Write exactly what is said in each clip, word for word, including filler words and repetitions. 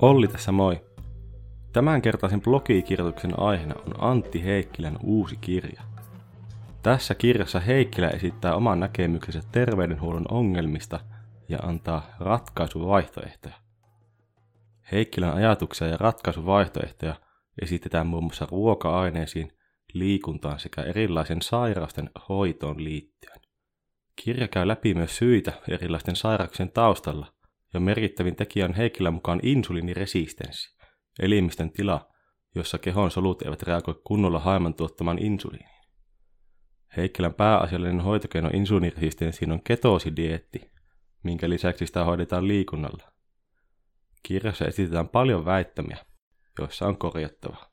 Olli tässä moi. Tämänkertaisen blogikirjoituksen aiheena on Antti Heikkilän uusi kirja. Tässä kirjassa Heikkilä esittää oman näkemyksensä terveydenhuollon ongelmista ja antaa ratkaisuvaihtoehtoja. Heikkilän ajatuksia ja ratkaisuvaihtoehtoja esitetään muun muassa ruoka-aineisiin, liikuntaan sekä erilaisen sairausten hoitoon liittyen. Kirja käy läpi myös syitä erilaisten sairauksien taustalla, ja merkittävin tekijä on Heikkilän mukaan insuliiniresistenssi, elimistön tila, jossa kehon solut eivät reagoi kunnolla haiman tuottamaan insuliiniin. Heikkilän pääasiallinen hoitokeino insuliiniresistenssiin on ketoosidieetti, minkä lisäksi sitä hoidetaan liikunnalla. Kirjassa esitetään paljon väittämiä, joissa on korjattavaa.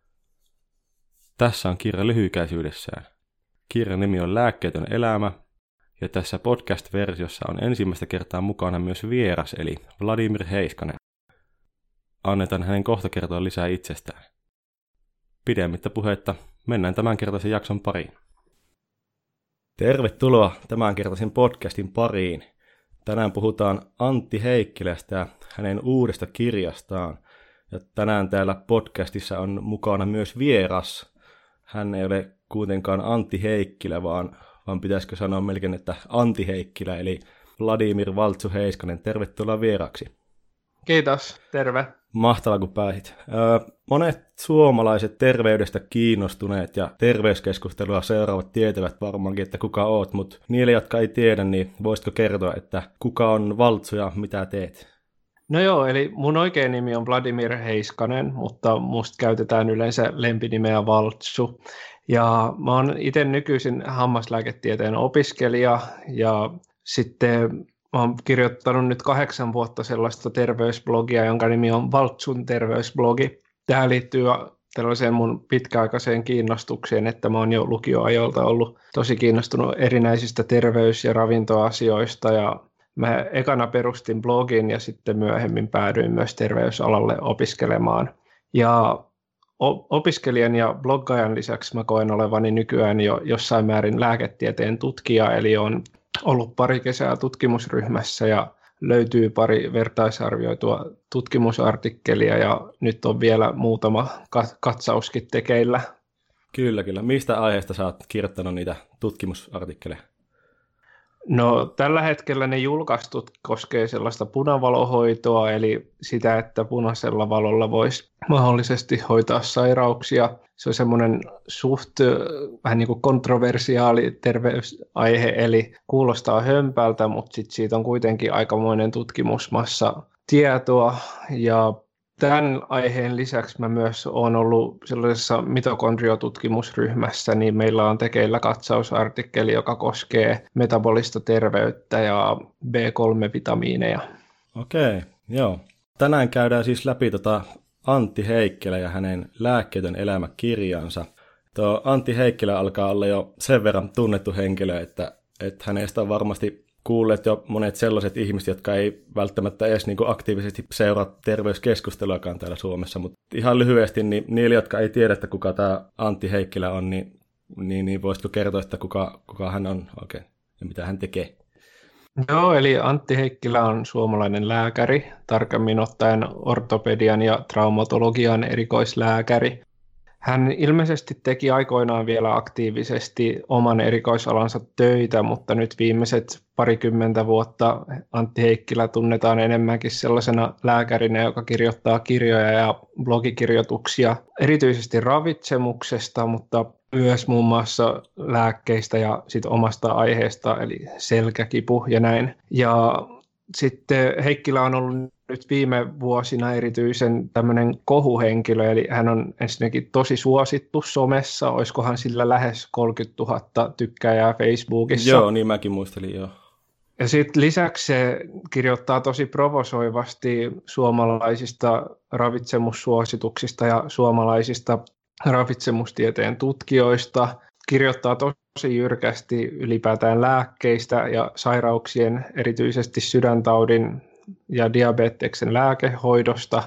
Tässä on kirja lyhykäisyydessään. Kirjan nimi on Lääkkeetön elämä, ja tässä podcast-versiossa on ensimmäistä kertaa mukana myös vieras, eli Vladimir Heiskanen. Annetaan hänen kohta kertoa lisää itsestään. Pidemmittä puhetta, mennään tämänkertaisen jakson pariin. Tervetuloa tämänkertaisen podcastin pariin. Tänään puhutaan Antti Heikkilästä ja hänen uudesta kirjastaan. Ja tänään täällä podcastissa on mukana myös vieras. Hän ei ole kuitenkaan Antti Heikkilä, vaan, vaan pitäisikö sanoa melkein, että Antti Heikkilä, eli Vladimir Valtsu Heiskanen. Tervetuloa vieraksi. Kiitos, terve. Mahtavaa, kun pääsit. Monet suomalaiset terveydestä kiinnostuneet ja terveyskeskustelua seuraavat tietävät varmaankin, että kuka oot, mutta niille, jotka ei tiedä, niin voisitko kertoa, että kuka on Valtsu ja mitä teet? No joo, eli mun oikea nimi on Vladimir Heiskanen, mutta musta käytetään yleensä lempinimeä Valtsu. Ja mä oon itse nykyisin hammaslääketieteen opiskelija ja sitten mä oon kirjoittanut nyt kahdeksan vuotta sellaista terveysblogia, jonka nimi on Valtsun terveysblogi. Tähän liittyy tällaiseen mun pitkäaikaiseen kiinnostukseen, että mä oon jo lukioajoilta ollut tosi kiinnostunut erinäisistä terveys- ja ravintoasioista. Ja mä ekana perustin blogin ja sitten myöhemmin päädyin myös terveysalalle opiskelemaan. Ja opiskelijan ja bloggaajan lisäksi mä koen olevani nykyään jo jossain määrin lääketieteen tutkija, eli on ollut pari kesää tutkimusryhmässä ja löytyy pari vertaisarvioitua tutkimusartikkelia ja nyt on vielä muutama katsauskin tekeillä. Kyllä, kyllä. Mistä aiheesta sä oot kirjoittanut niitä tutkimusartikkeleja? No tällä hetkellä ne julkaistut koskee sellaista punavalohoitoa, eli sitä, että punaisella valolla voisi mahdollisesti hoitaa sairauksia. Se on semmoinen suht vähän niin kuin kontroversiaali terveysaihe, eli kuulostaa hömpältä, mutta sit siitä on kuitenkin aikamoinen tutkimusmassa tietoa. Ja tämän aiheen lisäksi mä myös olen ollut sellaisessa mitokondriotutkimusryhmässä, niin meillä on tekeillä katsausartikkeli, joka koskee metabolista terveyttä ja B kolme vitamiineja. Okei, joo. Tänään käydään siis läpi tota Antti Heikkilä ja hänen Lääkkeetön elämä -kirjansa. Tuo Antti Heikkilä alkaa olla jo sen verran tunnettu henkilö, että, että hänestä on varmasti kuulleet jo monet sellaiset ihmiset, jotka ei välttämättä edes niin kuin aktiivisesti seuraa terveyskeskusteluakaan täällä Suomessa, mutta ihan lyhyesti niin niille, jotka ei tiedä, että kuka tämä Antti Heikkilä on, niin, niin, niin voisitko kertoa, että kuka, kuka hän on oikein ja mitä hän tekee? Joo, eli Antti Heikkilä on suomalainen lääkäri, tarkemmin ottaen ortopedian ja traumatologian erikoislääkäri. Hän ilmeisesti teki aikoinaan vielä aktiivisesti oman erikoisalansa töitä, mutta nyt viimeiset parikymmentä vuotta Antti Heikkilä tunnetaan enemmänkin sellaisena lääkärinä, joka kirjoittaa kirjoja ja blogikirjoituksia erityisesti ravitsemuksesta, mutta myös muun muassa lääkkeistä ja sit omasta aiheesta, eli selkäkipu ja näin. Ja sitten Heikkilä on ollut nyt viime vuosina erityisen tämmöinen kohuhenkilö, eli hän on ensinnäkin tosi suosittu somessa, olisikohan sillä lähes kolmekymmentätuhatta tykkääjää Facebookissa. Joo, niin mäkin muistelin, joo. Ja sitten lisäksi se kirjoittaa tosi provosoivasti suomalaisista ravitsemussuosituksista ja suomalaisista ravitsemustieteen tutkijoista, kirjoittaa tosi jyrkästi ylipäätään lääkkeistä ja sairauksien, erityisesti sydäntaudin ja diabeteksen lääkehoidosta.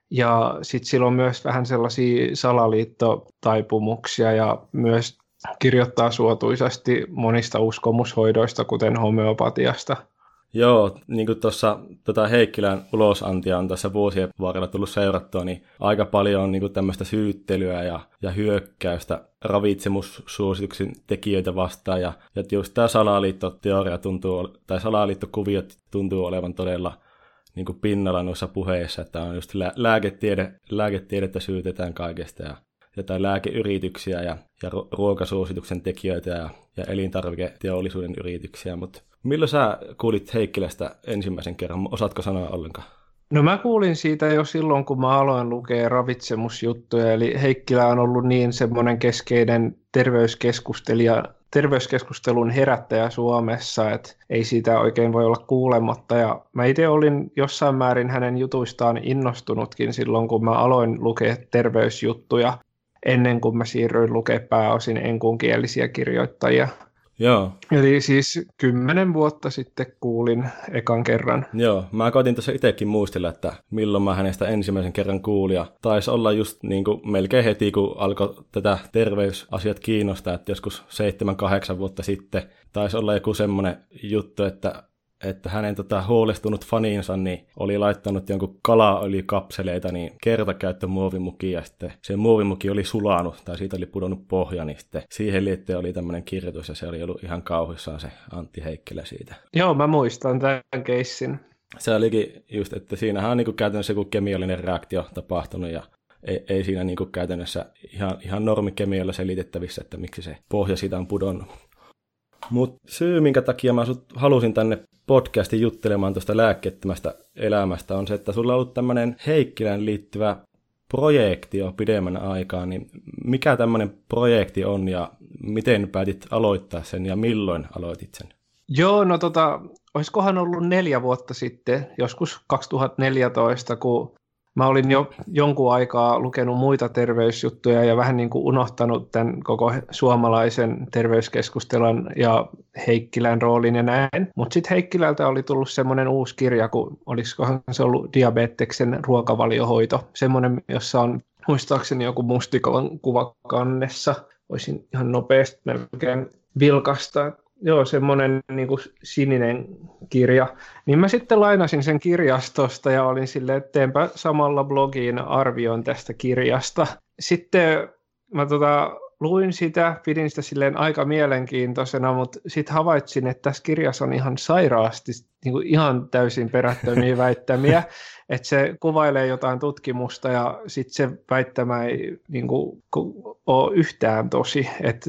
Ja sitten sillä on myös vähän sellaisia salaliittotaipumuksia ja myös kirjoittaa suotuisasti monista uskomushoidoista, kuten homeopatiasta. Joo, niin kuin tuossa tota Heikkilän ulosantia on tässä vuosien varrella tullut seurattua, niin aika paljon on niin kuin tämmöistä syyttelyä ja, ja hyökkäystä ravitsemussuosituksen tekijöitä vastaan. Ja, ja just tämä salaliittoteoria tuntuu, tai salaliittokuviot tuntuu olevan todella niin kuin pinnalla noissa puheissa, että on just lää- lääketiede, lääketiedettä syytetään kaikesta ja jotain lääkeyrityksiä ja, ja ruokasuosituksen tekijöitä ja, ja elintarviketeollisuuden yrityksiä, mutta milloin sä kuulit Heikkilästä ensimmäisen kerran? Osaatko sanoa ollenkaan? No mä kuulin siitä jo silloin, kun mä aloin lukea ravitsemusjuttuja, eli Heikkilä on ollut niin semmoinen keskeinen terveyskeskustelija, terveyskeskustelun herättäjä Suomessa, että ei siitä oikein voi olla kuulematta. Ja mä itse olin jossain määrin hänen jutuistaan innostunutkin silloin, kun mä aloin lukea terveysjuttuja, ennen kuin mä siirryin lukemaan pääosin enkunkielisiä kirjoittajia. Joo. Eli siis kymmenen vuotta sitten kuulin ekan kerran. Joo, mä koitin tuossa itsekin muistella, että milloin mä hänestä ensimmäisen kerran kuulin. Ja taisi olla just niin kuin melkein heti, kun alkoi tätä terveysasiat kiinnostaa, että joskus seitsemän, kahdeksan vuotta sitten taisi olla joku semmoinen juttu, että että hänen tota, huolestunut faninsa niin oli laittanut jonkun kalaöljykapseleita niin kertakäyttömuovimukiin ja sitten se muovimuki oli sulanut tai siitä oli pudonnut pohja, niin sitten siihen liittyen oli tämmöinen kirjoitus ja se oli ollut ihan kauhuissaan se Antti Heikkilä siitä. Joo, mä muistan tämän keissin. Se olikin just, että siinähän on niin kuin käytännössä joku kemiallinen reaktio tapahtunut ja ei, ei siinä niin kuin käytännössä ihan, ihan normikemialla selitettävissä, että miksi se pohja siitä on pudonnut. Mutta syy, minkä takia mä sut halusin tänne podcastin juttelemaan tuosta lääkkeettömästä elämästä, on se, että sulla on ollut tämmöinen Heikkilään liittyvä projekti jo pidemmän aikaa, niin mikä tämmöinen projekti on ja miten päätit aloittaa sen ja milloin aloitit sen? Joo, no tota, olisikohan ollut neljä vuotta sitten, joskus kaksituhattaneljätoista, kun mä olin jo jonkun aikaa lukenut muita terveysjuttuja ja vähän niin kuin unohtanut tämän koko suomalaisen terveyskeskustelun ja Heikkilän roolin ja näin. Mutta sitten Heikkilältä oli tullut semmoinen uusi kirja, kun olisikohan se ollut diabeteksen ruokavaliohoito. Semmoinen, jossa on muistaakseni joku mustikolan kuva kannessa. Voisin ihan nopeasti melkein vilkasta. Joo, semmoinen niin kuin sininen kirja. Niin mä sitten lainasin sen kirjastosta ja olin silleen, että teenpä samalla blogiin arvion tästä kirjasta. Sitten mä tota, luin sitä, pidin sitä silleen aika mielenkiintoisena, mutta sitten havaitsin, että tässä kirjassa on ihan sairaasti, niin kuin ihan täysin perättömiä väittämiä. Että se kuvailee jotain tutkimusta ja sitten se väittämä ei niin kuin, ole yhtään tosi. Että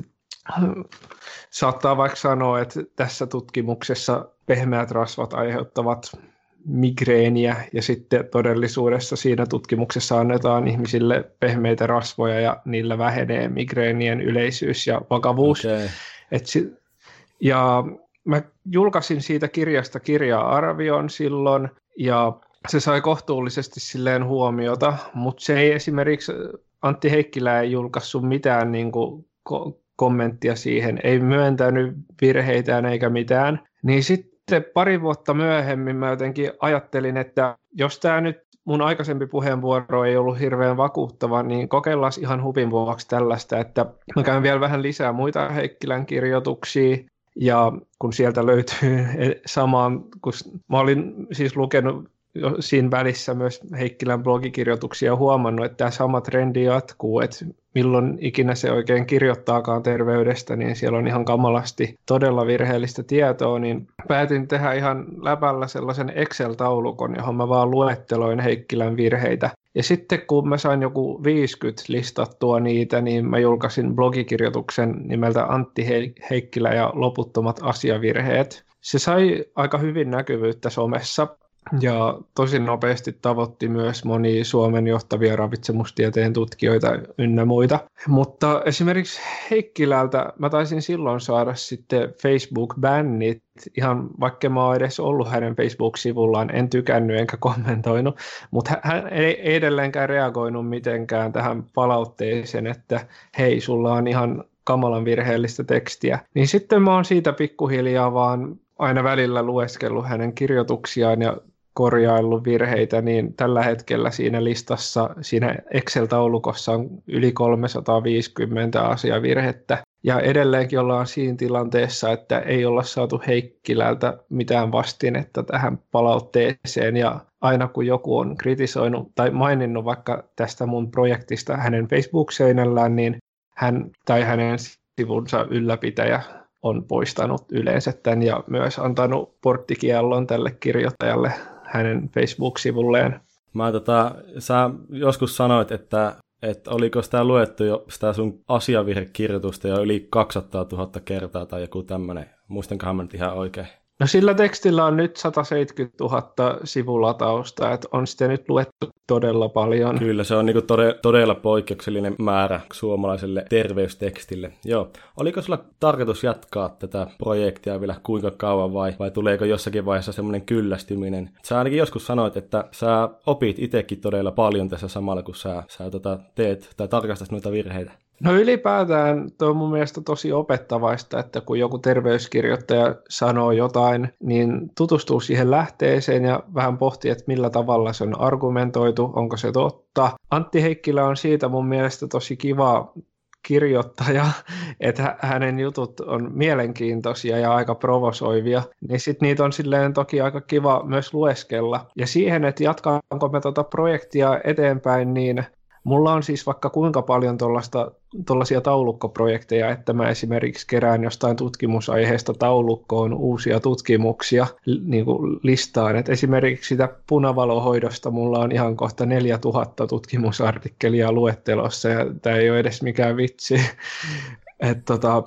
saattaa vaikka sanoa, että tässä tutkimuksessa pehmeät rasvat aiheuttavat migreeniä ja sitten todellisuudessa siinä tutkimuksessa annetaan ihmisille pehmeitä rasvoja ja niillä vähenee migreenien yleisyys ja vakavuus. Okay. Et si- ja mä julkaisin siitä kirjasta kirja-arvion silloin ja se sai kohtuullisesti silleen huomiota, mutta se ei esimerkiksi, Antti Heikkilä ei julkaissut mitään niin kuin ko- kommenttia siihen, ei myöntänyt virheitään eikä mitään, niin sitten pari vuotta myöhemmin mä jotenkin ajattelin, että jos tämä nyt mun aikaisempi puheenvuoro ei ollut hirveän vakuuttava, niin kokeillaan ihan huvin vuoksi tällaista, että mä käyn vielä vähän lisää muita Heikkilän kirjoituksia, ja kun sieltä löytyy samaan, kun mä olin siis lukenut siinä välissä myös Heikkilän blogikirjoituksia ja huomannut, että tämä sama trendi jatkuu, että milloin ikinä se oikein kirjoittaakaan terveydestä, niin siellä on ihan kamalasti todella virheellistä tietoa, niin päätin tehdä ihan läpällä sellaisen Excel-taulukon, johon mä vaan luetteloin Heikkilän virheitä. Ja sitten kun mä sain joku viisikymmentä listattua niitä, niin mä julkaisin blogikirjoituksen nimeltä Antti Heikkilä ja loputtomat asiavirheet. Se sai aika hyvin näkyvyyttä somessa. Ja tosi nopeasti tavoitti myös monia Suomen johtavia ravitsemustieteen tutkijoita ynnä muita. Mutta esimerkiksi Heikkilältä mä taisin silloin saada sitten Facebook-bännit, ihan vaikka mä oon edes ollut hänen Facebook-sivullaan, en tykännyt enkä kommentoinut, mutta hän ei edelleenkään reagoinut mitenkään tähän palautteeseen, että hei, sulla on ihan kamalan virheellistä tekstiä. Niin sitten mä oon siitä pikkuhiljaa vaan aina välillä lueskellut hänen kirjoituksiaan ja korjaillut virheitä, niin tällä hetkellä siinä listassa, siinä Excel-taulukossa on yli kolmesataaviisikymmentä asiavirhettä. Ja edelleenkin ollaan siinä tilanteessa, että ei olla saatu Heikkilältä mitään vastinetta tähän palautteeseen. Ja aina kun joku on kritisoinut tai maininnut vaikka tästä mun projektista hänen Facebook-seinällään, niin hän tai hänen sivunsa ylläpitäjä on poistanut yleensä tämän ja myös antanut porttikiellon tälle kirjoittajalle hänen Facebook-sivulleen. Mä tota, sä joskus sanoit, että, että oliko sitä luettu jo sitä sun asiavirhekirjoitusta jo yli kaksisataatuhatta kertaa tai joku tämmöinen. Muistankohan mä nyt ihan oikein? No sillä tekstillä on nyt sata seitsemänkymmentätuhatta sivulatausta, että on sitä nyt luettu todella paljon. Kyllä, se on niinku todella, todella poikkeuksellinen määrä suomalaiselle terveystekstille. Joo. Oliko sulla tarkoitus jatkaa tätä projektia vielä kuinka kauan vai, vai tuleeko jossakin vaiheessa semmoinen kyllästyminen? Sä ainakin joskus sanoit, että sä opit itsekin todella paljon tässä samalla, kun sä, sä tota, teet tai tarkastat noita virheitä. No ylipäätään tuo on mun mielestä tosi opettavaista, että kun joku terveyskirjoittaja sanoo jotain, niin tutustuu siihen lähteeseen ja vähän pohtii, että millä tavalla se on argumentoitu, onko se totta. Antti Heikkilä on siitä mun mielestä tosi kiva kirjoittaja, että hänen jutut on mielenkiintoisia ja aika provosoivia, niin sitten niitä on silleen toki aika kiva myös lueskella. Ja siihen, että jatkaanko me tuota projektia eteenpäin, niin mulla on siis vaikka kuinka paljon tuollaisia taulukkoprojekteja, että mä esimerkiksi kerään jostain tutkimusaiheesta taulukkoon uusia tutkimuksia niin kuin listaan. Et esimerkiksi sitä punavalohoidosta mulla on ihan kohta neljätuhatta tutkimusartikkelia luettelossa ja tämä ei ole edes mikään vitsi. Että tota,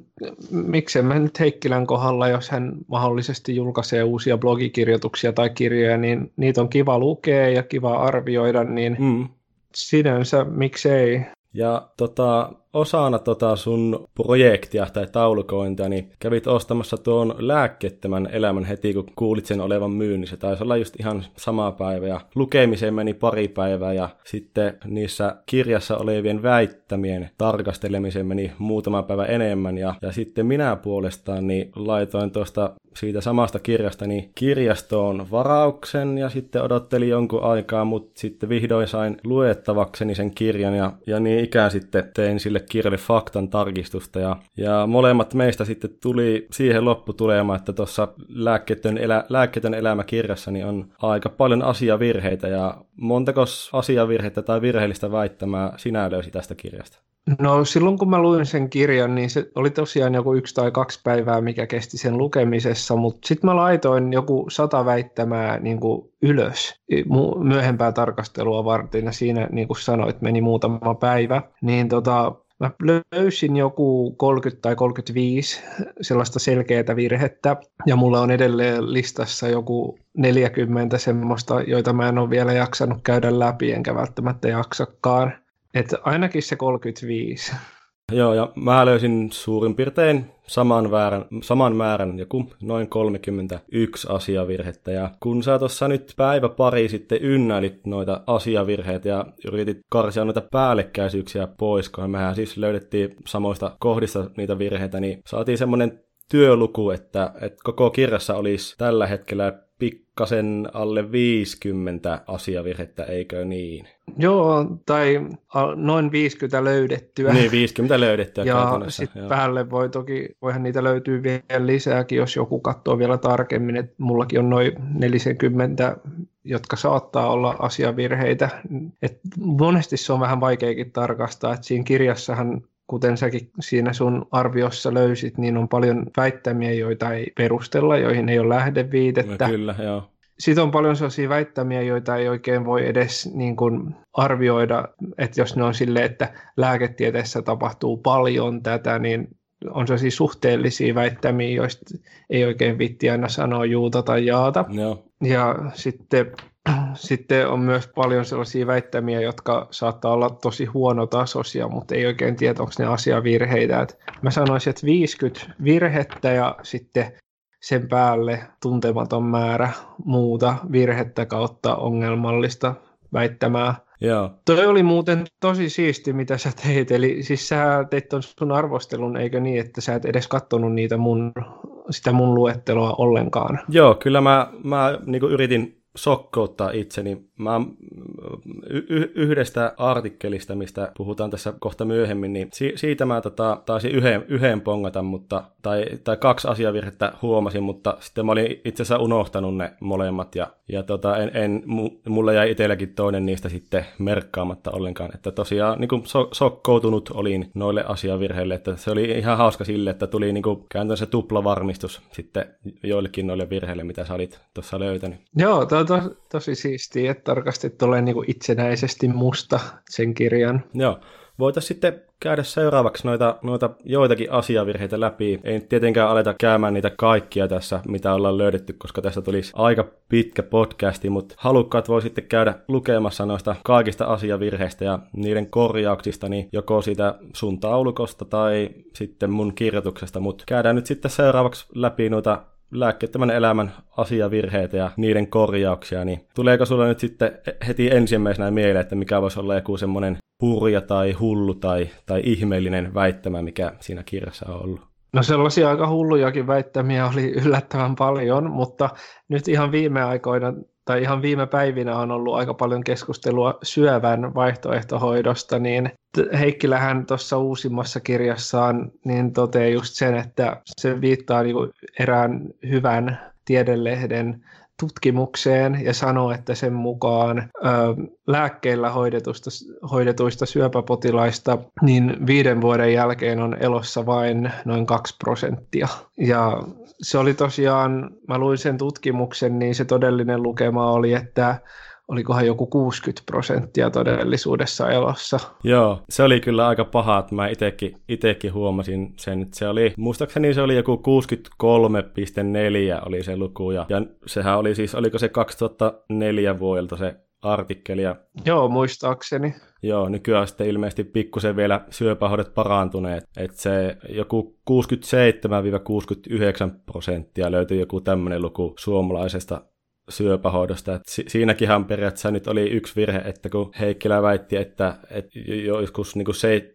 miksen mä nyt Heikkilän kohdalla, jos hän mahdollisesti julkaisee uusia blogikirjoituksia tai kirjoja, niin niitä on kiva lukea ja kiva arvioida, niin mm. sinänsä miksei. Ja tota, osana tota sun projektia tai taulukointia, niin kävit ostamassa tuon lääkkeettömän elämän heti, kun kuulit sen olevan myynnissä. Taisi olla just ihan sama päivä ja lukemiseen meni pari päivää ja sitten niissä kirjassa olevien väittämien tarkastelemiseen meni muutama päivä enemmän. Ja, ja sitten minä puolestaan niin laitoin tuosta siitä samasta kirjasta niin kirjastoon varauksen ja sitten odottelin jonkun aikaa, mutta sitten vihdoin sain luettavakseni sen kirjan ja, ja niin ikään sitten tein sille kirjalle faktan tarkistusta ja, ja molemmat meistä sitten tuli siihen lopputulemaan, että tuossa lääkkeetön, elä, lääkkeetön elämä kirjassani on aika paljon asiavirheitä ja montakos asiavirheitä tai virheellistä väittämää sinä löysi tästä kirjasta? No silloin kun mä luin sen kirjan, niin se oli tosiaan joku yksi tai kaksi päivää, mikä kesti sen lukemisessa, mutta sitten mä laitoin joku sata väittämää niin kuin ylös myöhempää tarkastelua varten ja siinä niin kuin sanoit meni muutama päivä, niin tota, mä löysin joku kolmekymmentä tai kolmekymmentäviisi sellaista selkeää virhettä ja mulla on edelleen listassa joku neljäkymmentä semmoista, joita mä en ole vielä jaksanut käydä läpi enkä välttämättä jaksakaan. Että ainakin se kolmekymmentäviisi. Joo, ja mä löysin suurin piirtein saman, väärän, saman määrän, joku noin kolmekymmentäyksi asiavirhettä. Ja kun sä tuossa nyt päivä pari sitten ynnäilit noita asiavirheitä ja yritit karsia noita päällekkäisyyksiä pois, kun mehän siis löydettiin samoista kohdista niitä virheitä, niin saatiin semmoinen työluku, että, että koko kirjassa olisi tällä hetkellä pikkasen alle viisikymmentä asiavirhettä, eikö niin? Joo, tai noin viisikymmentä löydettyä. Niin, viisikymmentä löydettyä. Ja sitten päälle voi toki, voihan niitä löytyy vielä lisääkin, jos joku katsoo vielä tarkemmin, että mullakin on noin neljäkymmentä, jotka saattaa olla asiavirheitä. Et monesti se on vähän vaikeakin tarkastaa, että siinä kirjassahan kuten säkin siinä sun arviossa löysit, niin on paljon väittämiä, joita ei perustella, joihin ei ole lähdeviitettä. No kyllä, joo. Sitten on paljon sellaisia väittämiä, joita ei oikein voi edes niin kuin arvioida, että jos ne on silleen, että lääketieteessä tapahtuu paljon tätä, niin on sellaisia suhteellisia väittämiä, joista ei oikein viitti aina sanoa juuta tai jaata. Joo. Ja sitten... Sitten on myös paljon sellaisia väittämiä, jotka saattaa olla tosi huonotasoisia, mutta ei oikein tiedä, onko ne asiavirheitä. Et mä sanoisin, että viisikymmentä virhettä ja sitten sen päälle tuntematon määrä muuta virhettä kautta ongelmallista väittämää. Joo. Toi oli muuten tosi siisti, mitä sä teit. Eli siis sä teit ton sun arvostelun, eikö niin, että sä et edes katsonut niitä mun, sitä mun luetteloa ollenkaan? Joo, kyllä mä, mä niin kuin yritin sokkouttaa itseni. Mä y- yhdestä artikkelista, mistä puhutaan tässä kohta myöhemmin, niin si- siitä mä tota, taisin yhden, yhden pongata, mutta, tai, tai kaksi asiavirhettä huomasin, mutta sitten mä olin itse asiassa unohtanut ne molemmat, ja, ja tota, en, en, mulle jäi itselläkin toinen niistä sitten merkkaamatta ollenkaan, että tosiaan niin kuin so- sokkoutunut olin noille asiavirheille, että se oli ihan hauska sille, että tuli niin kuin käytännössä tuplavarmistus sitten joillekin noille virheille, mitä sä olit tuossa löytänyt. Joo, to, to, tosi siistiä, että tarkasti tulee niin kuin itsenäisesti musta sen kirjan. Joo. Voitaisiin sitten käydä seuraavaksi noita, noita joitakin asiavirheitä läpi. Ei nyt tietenkään aleta käymään niitä kaikkia tässä, mitä ollaan löydetty, koska tässä tulisi aika pitkä podcasti, mutta halukkaat voi sitten käydä lukemassa noista kaikista asiavirheistä ja niiden korjauksista, niin joko siitä sun taulukosta tai sitten mun kirjoituksesta, mutta käydään nyt sitten seuraavaksi läpi noita lääkkeettömän elämän asiavirheitä ja niiden korjauksia, niin tuleeko sulla nyt sitten heti ensimmäisenä mieleen, että mikä voisi olla joku semmoinen hurja tai hullu tai, tai ihmeellinen väittämä, mikä siinä kirjassa on ollut? No sellaisia aika hullujakin väittämiä oli yllättävän paljon, mutta nyt ihan viime aikoina tai ihan viime päivinä on ollut aika paljon keskustelua syövän vaihtoehtohoidosta, niin Heikkilähän tuossa uusimmassa kirjassaan niin toteaa just sen, että se viittaa niin kuin erään hyvän tiedelehden tutkimukseen ja sanoo, että sen mukaan ö, lääkkeillä hoidetusta, hoidetuista syöpäpotilaista niin viiden vuoden jälkeen on elossa vain noin kaksi prosenttia. Ja se oli tosiaan, mä luin sen tutkimuksen, niin se todellinen lukema oli, että olikohan joku kuusikymmentä prosenttia todellisuudessa elossa. Joo, se oli kyllä aika paha, että mä itekin, itekin huomasin sen, että se oli, muistaakseni se oli joku kuusikymmentäkolme pilkku neljä oli se luku, ja, ja sehän oli siis, oliko se kaksituhattaneljä vuodelta se artikkeli. Ja, joo, muistaakseni. Joo, nykyään sitten ilmeisesti pikkusen vielä syöpähoidot parantuneet, että se joku kuusikymmentäseitsemän kuusikymmentäyhdeksän prosenttia löytyi joku tämmöinen luku suomalaisesta syöpähoidosta. Et si- siinäkinhän periaatteessa nyt oli yksi virhe, että kun Heikkilä väitti, että, että joskus niin kuin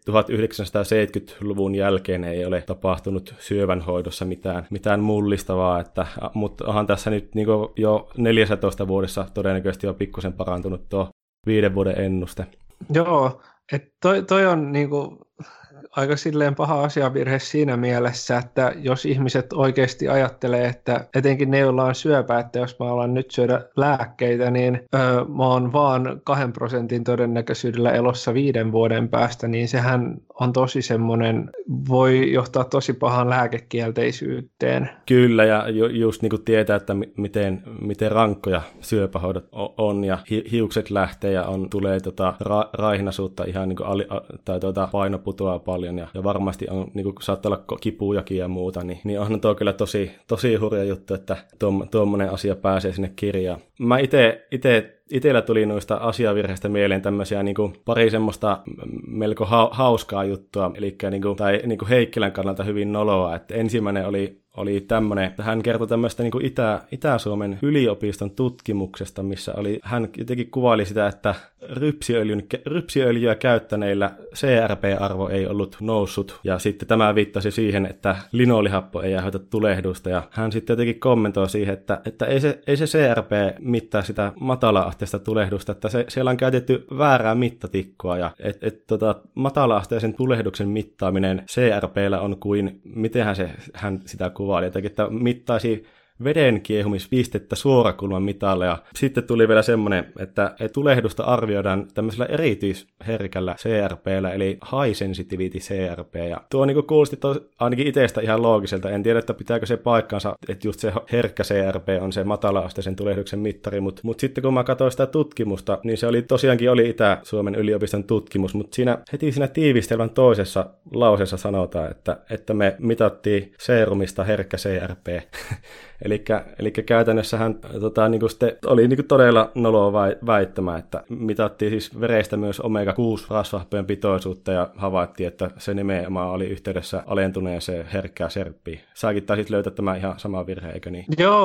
tuhatyhdeksänsataaseitsemänkymmentäluvun jälkeen ei ole tapahtunut syövänhoidossa mitään, mitään mullistavaa, että, mutta onhan tässä nyt niin kuin jo neljätoista vuodessa todennäköisesti jo pikkusen parantunut tuo viiden vuoden ennuste. Joo, että toi, toi on niinku aika silleen paha asiavirhe siinä mielessä, että jos ihmiset oikeasti ajattelee, että etenkin ne, joilla on syöpä, että jos mä alan nyt syödä lääkkeitä, niin öö, mä oon vaan kahden prosentin todennäköisyydellä elossa viiden vuoden päästä, niin sehän on tosi semmoinen, voi johtaa tosi pahan lääkekielteisyyteen. Kyllä, ja ju, just niin kuin tietää, että m- miten, miten rankkoja syöpähoidot on, ja hi, hiukset lähtee, ja on, tulee tota, ra, raihnaisuutta ihan niin kuin ali, a, tai tota, paino putoaa paljon, ja, ja varmasti on, niin kuin, saattaa olla kipujakin ja muuta, niin, niin onhan tuo kyllä tosi, tosi hurja juttu, että tuommoinen asia pääsee sinne kirjaan. Mä ite, ite Itellä tuli noista asiavirheistä mieleen tämmöisiä niin kuin pari semmoista melko ha- hauskaa juttua, eli niin kuin, tai niin kuin Heikkilän kannalta hyvin noloa. Että ensimmäinen oli, oli tämmöinen, että hän kertoi tämmöistä niin kuin Itä, Itä-Suomen yliopiston tutkimuksesta, missä oli, hän jotenkin kuvaili sitä, että rypsiöljyn, rypsiöljyä käyttäneillä C R P-arvo ei ollut noussut, ja sitten tämä viittasi siihen, että linolihappo ei aiheuta tulehdusta, ja hän sitten jotenkin kommentoi siihen, että, että ei, se, ei se C R P mittaa sitä matala-asteista tulehdusta, että se, siellä on käytetty väärää mittatikkua, ja että et, tota, matala-asteisen tulehduksen mittaaminen C R P:llä on kuin, mitenhän se, hän sitä kuvaili, jotenkin, että mittaisi veden kiehumispistettä suorakulman mitalla, ja sitten tuli vielä semmoinen, että tulehdusta arvioidaan tämmöisellä erityisherkällä C R P:llä, eli high sensitivity C R P, ja tuo niin kuin kuulosti tos, ainakin itsestä ihan loogiselta, en tiedä, että pitääkö se paikkansa, että just se herkkä C R P on se matala-asteisen tulehduksen mittari, mutta mut sitten kun mä katsoin sitä tutkimusta, niin se oli tosiaankin oli Itä-Suomen yliopiston tutkimus, mutta siinä heti siinä tiivistelmän toisessa lauseessa sanotaan, että, että me mitattiin seerumista herkkä C R P. Elikkä, elikkä käytännössähän tota, niin sitten oli niin todella noloa väittämä, että mitattiin siis verestä myös omega kuusi rasvahappojen pitoisuutta ja havaittiin, että se nimenomaan oli yhteydessä alentuneeseen herkkää serppiin. Säkin taisit löytää tämän ihan sama virhe, eikö niin? Joo,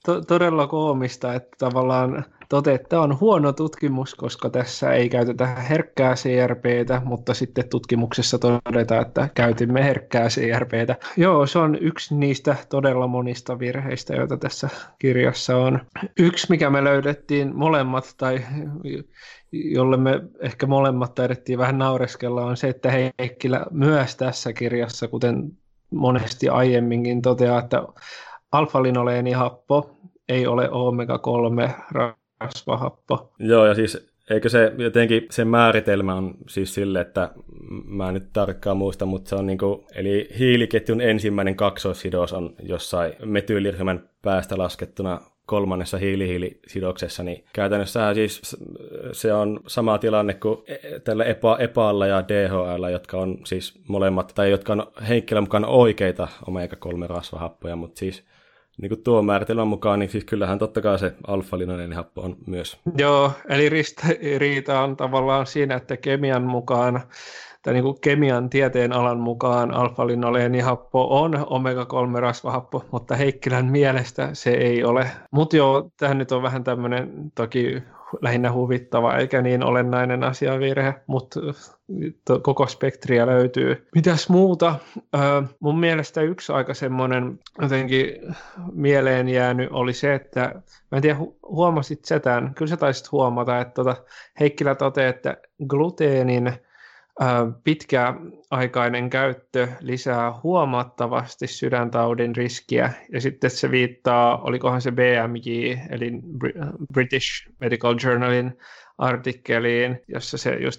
to- todella koomista, että tavallaan toteetta on huono tutkimus, koska tässä ei käytetä herkkää C R P:tä, mutta sitten tutkimuksessa todetaan, että käytimme herkkää C R P:tä. Joo, se on yksi niistä todella monista virheistä, joita tässä kirjassa on. Yksi, mikä me löydettiin molemmat, tai jolle me ehkä molemmat taidettiin vähän naureskella, on se, että Heikkilä myös tässä kirjassa, kuten monesti aiemminkin toteaa, että alfa-linoleenihappo ei ole omega kolme rasvahappo. Joo, ja siis eikö se jotenkin, se määritelmä on siis sille, että mä en nyt tarkkaan muista, mutta se on niinku, eli hiiliketjun ensimmäinen kaksoissidos on jossain metyyliryhmän päästä laskettuna kolmannessa hiilihiilisidoksessa, niin käytännössä siis se on sama tilanne kuin tällä EPA, EPAlla ja D H L:llä, jotka on siis molemmat, tai jotka on Heikkilän mukaan oikeita omega kolme rasvahappoja, mutta siis niin kuin tuo määritelmän mukaan, niin siis kyllähän totta kai se alfa-linoleenihappo on myös. Joo, eli ristiriita on tavallaan siinä, että kemian mukaan, tai niin kuin kemian tieteen alan mukaan alfa-linoleenihappo on omega kolme rasvahappo, mutta Heikkilän mielestä se ei ole. Mutta joo, tämä nyt on vähän tämmöinen toki lähinnä huvittava eikä niin olennainen asiavirhe, mutta koko spektriä löytyy. Mitäs muuta? Öö, mun mielestä yksi aika semmoinen jotenkin mieleen jäänyt oli se, että mä en tiedä huomasit sä tämän, kyllä sä taisit huomata, että tota, Heikkilä toteaa, että gluteenin pitkäaikainen käyttö lisää huomattavasti sydäntaudin riskiä, ja sitten se viittaa, olikohan se B M J, eli British Medical Journalin artikkeliin, jossa, se just,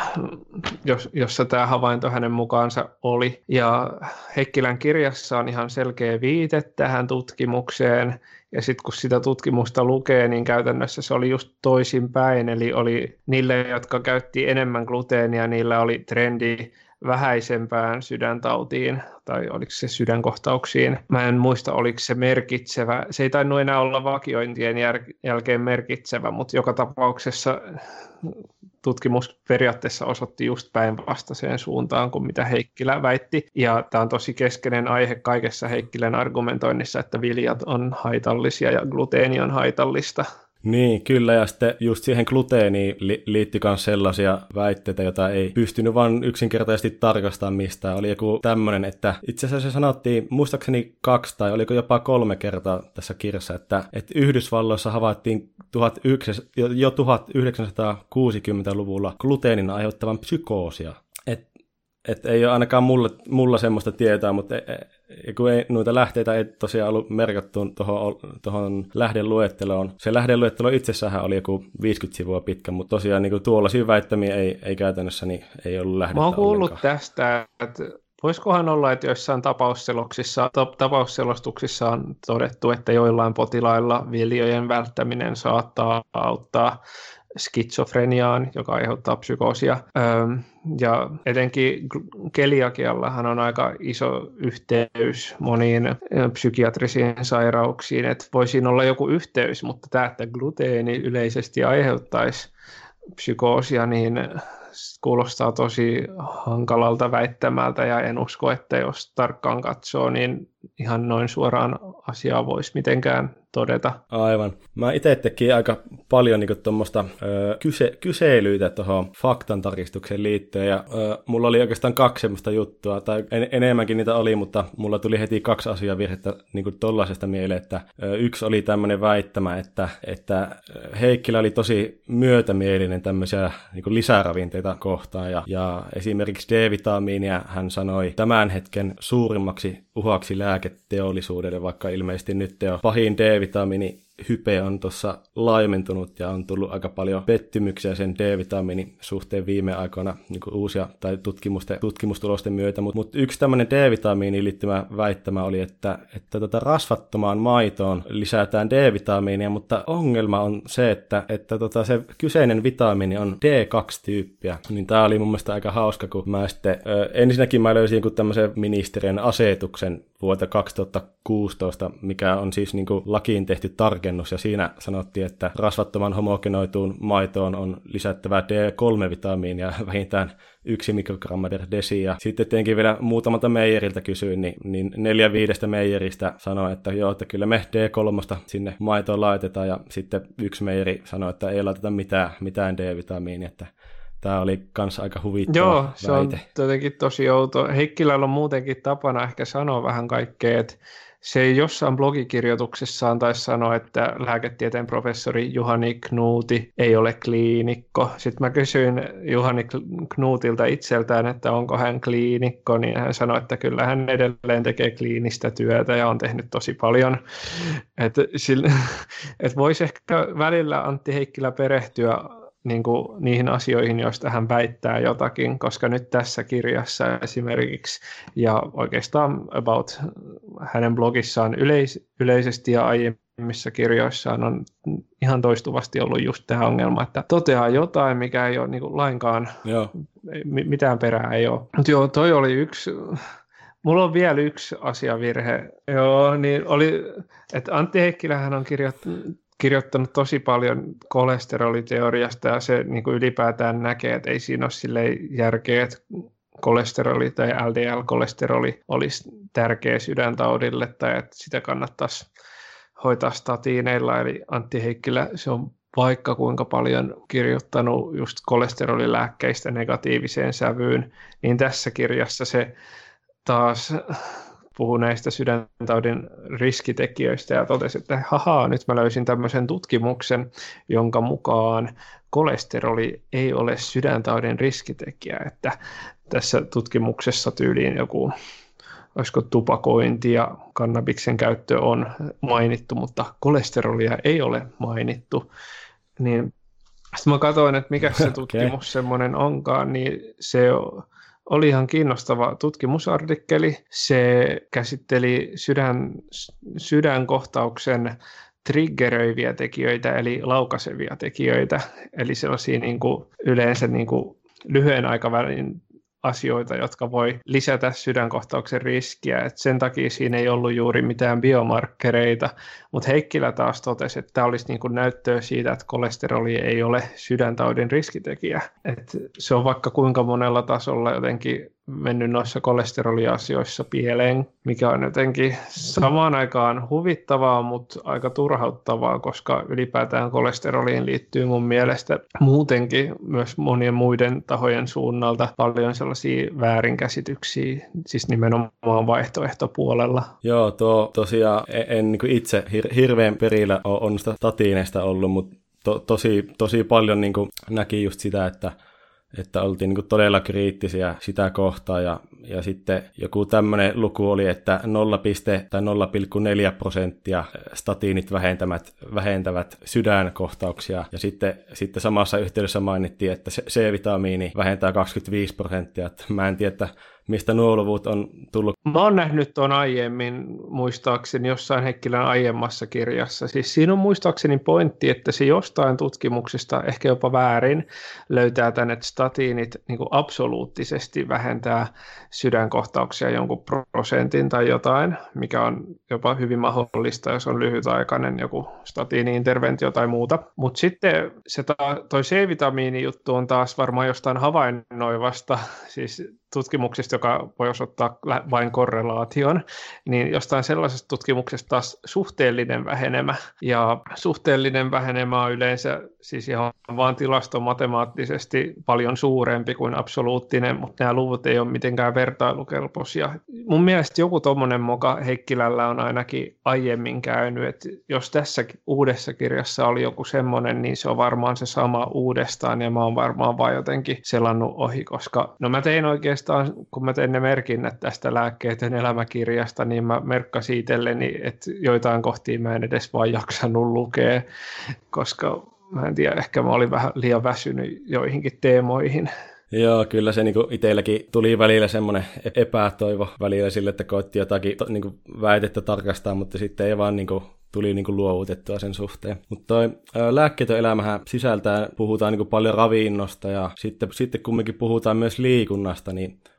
jossa tämä havainto hänen mukaansa oli. Ja Heikkilän kirjassa on ihan selkeä viite tähän tutkimukseen, ja sitten kun sitä tutkimusta lukee, niin käytännössä se oli just toisinpäin, eli oli niille, jotka käytti enemmän gluteenia, niillä oli trendi vähäisempään sydäntautiin, tai oliko se sydänkohtauksiin. Mä en muista, oliko se merkitsevä. Se ei tainnut enää olla vakiointien jär- jälkeen merkitsevä, mutta joka tapauksessa tutkimus periaatteessa osoitti just päinvastaiseen suuntaan kuin mitä Heikkilä väitti. Ja tämä on tosi keskeinen aihe kaikessa Heikkilän argumentoinnissa, että viljat on haitallisia ja gluteeni on haitallista. Niin, kyllä, ja sitten just siihen gluteeniin li- liittyi myös sellaisia väitteitä, joita ei pystynyt vaan yksinkertaisesti tarkastamaan mistään. Oli joku tämmöinen, että itse asiassa se sanottiin, muistaakseni kaksi tai oliko jopa kolme kertaa tässä kirjassa, että, että Yhdysvalloissa havaittiin tuhatyhdeksänsataa, jo, jo tuhatyhdeksänsataakuusikymmentäluvulla gluteenin aiheuttavan psykoosia. Et, et ei ole ainakaan mulla, mulla semmoista tietoa, mutta ei, kun ei, noita lähteitä ei tosiaan ollut merkattu tuohon lähdeluetteloon. Se lähdeluettelo itsessään oli joku viisikymmentä sivua pitkä, mutta tosiaan niin tuollaisia väittämiä ei, ei käytännössä niin ei ollut lähdettä. Mä oon kuullut ollenkaan tästä, että voisikohan olla, että joissain tapausselostuksissa on todettu, että joillain potilailla viljojen välttäminen saattaa auttaa skitsofreniaan, joka aiheuttaa psykoosia. Ja etenkin keliakiallahan on aika iso yhteys moniin psykiatrisiin sairauksiin, että voisi olla joku yhteys, mutta tämä, että gluteeni yleisesti aiheuttaisi psykoosia, niin kuulostaa tosi hankalalta väittämältä, ja en usko, että jos tarkkaan katsoo, niin ihan noin suoraan asiaa voisi mitenkään todeta. Aivan. Mä itse tekin aika paljon niin tuommoista kyse, kyselyitä tuohon faktantarkistukseen liittyen, ja ö, mulla oli oikeastaan kaksi semmoista juttua, tai en, enemmänkin niitä oli, mutta mulla tuli heti kaksi asiavirhettä niin tollaisesta mieleen, että ö, yksi oli tämmöinen väittämä, että, että Heikkilä oli tosi myötämielinen tämmöisiä niin lisäravinteita kohtaan, ja, ja esimerkiksi D-vitamiinia hän sanoi tämän hetken suurimmaksi uhaksi lääketeollisuudelle, vaikka ilmeisesti nyt jo pahin D-vitamiini hype on tuossa laimentunut ja on tullut aika paljon pettymyksiä sen D-vitamiinin suhteen viime aikoina niin kuin uusia tai tutkimustulosten myötä, mutta mut yksi tämmöinen D-vitamiiniin liittymä väittämä oli, että, että tota rasvattomaan maitoon lisätään D-vitamiinia, mutta ongelma on se, että, että tota se kyseinen vitamiini on D kaksi tyyppiä, niin tää oli mun mielestä aika hauska, kun mä sitten ö, ensinnäkin mä löysin jonkun tämmöisen ministeriön asetuksen vuodelta kaksituhattakolme kuusitoista, mikä on siis niin kuin lakiin tehty tarkennus, ja siinä sanottiin, että rasvattoman homogenoituun maitoon on lisättävä D kolme vitamiinia vähintään yksi mikrogramma per desi, ja sitten tietenkin vielä muutamalta meijeriltä kysyin, niin, niin neljä viidestä meijeristä sanoi, että joo, että kyllä me D kolme sinne maitoon laitetaan, ja sitten yksi meijeri sanoi, että ei laiteta mitään, mitään D-vitamiinia, että tämä oli kans aika huvittava Joo, se väite. on jotenkin tosi outo. Heikkilällä on muutenkin tapana ehkä sanoa vähän kaikkea, että se ei jossain blogikirjoituksessaan taisi sanoa, että lääketieteen professori Juhani Knuuti ei ole kliinikko. Sitten mä kysyin Juhani Knuutilta itseltään, että onko hän kliinikko, niin hän sanoi, että kyllä hän edelleen tekee kliinistä työtä ja on tehnyt tosi paljon. Että et voisi ehkä välillä Antti Heikkilä perehtyä niin kuin niihin asioihin, joista hän väittää jotakin, koska nyt tässä kirjassa esimerkiksi, ja oikeastaan about hänen blogissaan yleis- yleisesti ja aiemmissa kirjoissaan on ihan toistuvasti ollut just tämä ongelma, että toteaa jotain, mikä ei ole niin kuin lainkaan, Joo. mitään perää ei ole. Mutta joo, toi oli yksi. Mulla on vielä yksi asiavirhe. Joo, niin oli, että Antti Heikkilähän on kirjoittanut kirjoittanut tosi paljon kolesteroliteoriasta, ja se niin kuin ylipäätään näkee, että ei siinä ole silleen järkeä, että kolesteroli tai L D L-kolesteroli olisi tärkeä sydäntaudille tai että sitä kannattaisi hoitaa statiineilla. Eli Antti Heikkilä, se on vaikka kuinka paljon kirjoittanut just kolesterolilääkkeistä negatiiviseen sävyyn, niin tässä kirjassa se taas puhui näistä sydäntaudin riskitekijöistä ja totesi, että hahaa, nyt mä löysin tämmöisen tutkimuksen, jonka mukaan kolesteroli ei ole sydäntaudin riskitekijä, että tässä tutkimuksessa tyyliin joku, olisiko tupakointi ja kannabiksen käyttö on mainittu, mutta kolesterolia ei ole mainittu, niin sitten mä katsoin, että mikä se tutkimus okay. semmoinen onkaan, niin se oli ihan kiinnostava tutkimusartikkeli. Se käsitteli sydän, sydänkohtauksen triggeröiviä tekijöitä, eli laukaisevia tekijöitä, eli sellaisia niin kuin yleensä niin kuin lyhyen aikavälin asioita, jotka voi lisätä sydänkohtauksen riskiä. Et sen takia siinä ei ollut juuri mitään biomarkkereita, mutta Heikkilä taas totesi, että tämä olisi niin kuin näyttöä siitä, että kolesteroli ei ole sydäntaudin riskitekijä. Et se on vaikka kuinka monella tasolla jotenkin mennyt noissa kolesteroliasioissa pieleen, mikä on jotenkin samaan aikaan huvittavaa, mutta aika turhauttavaa, koska ylipäätään kolesteroliin liittyy mun mielestä muutenkin myös monien muiden tahojen suunnalta paljon sellaisia väärinkäsityksiä, siis nimenomaan vaihtoehtopuolella. Joo, tuo tosiaan en, en niin kuin itse hir- hirveän perillä ole on statiineista ollut, mutta to, tosi, tosi paljon niin kuin näki just sitä, että että oltiin niin kuin todella kriittisiä sitä kohtaa, ja, ja sitten joku tämmöinen luku oli, että nolla tai nolla pilkku neljä prosenttia statiinit vähentävät, vähentävät sydänkohtauksia, ja sitten, sitten samassa yhteydessä mainittiin, että C-vitamiini vähentää kaksikymmentäviisi prosenttia, että mä en tiedä, että mistä nuo luvut on tullut. Mä oon nähnyt tuon aiemmin, muistaakseni jossain Heikkilän aiemmassa kirjassa. Siis siinä on muistaakseni pointti, että se jostain tutkimuksesta, ehkä jopa väärin, löytää tänne, että statiinit niin kuin absoluuttisesti vähentää sydänkohtauksia jonkun prosentin tai jotain, mikä on jopa hyvin mahdollista, jos on lyhytaikainen joku statiini-interventio tai muuta. Mutta sitten se ta- toi C-vitamiini-juttu on taas varmaan jostain havainnoivasta, siis tutkimuksista, joka voi osoittaa vain korrelaation, niin jostain sellaisesta tutkimuksesta taas suhteellinen vähenemä. Ja suhteellinen vähenemä on yleensä siis ihan vaan tilastomatemaattisesti paljon suurempi kuin absoluuttinen, mutta nämä luvut ei ole mitenkään vertailukelpoisia. Mun mielestä joku tommonen moka Heikkilällä on ainakin aiemmin käynyt, että jos tässä uudessa kirjassa oli joku semmoinen, niin se on varmaan se sama uudestaan, ja mä oon varmaan vaan jotenkin selannut ohi, koska no mä tein oikeastaan, kun mä tein ne merkinnät tästä lääkkeiden elämäkirjasta, niin mä merkkasin itselleni, että joitain kohtia mä en edes vaan jaksanut lukea, koska mä en tiedä, ehkä mä olin vähän liian väsynyt joihinkin teemoihin. Joo, kyllä se niinku itselläkin tuli välillä semmoinen epätoivo välillä sille, että koitti jotakin niinku väitettä tarkastaa, mutta sitten ei vaan niinku tuli niinku luovutettua sen suhteen. Mutta toi ää, lääkkeetön elämähän sisältää, puhutaan niinku paljon ravinnosta, ja sitten, sitten kumminkin puhutaan myös liikunnasta, niin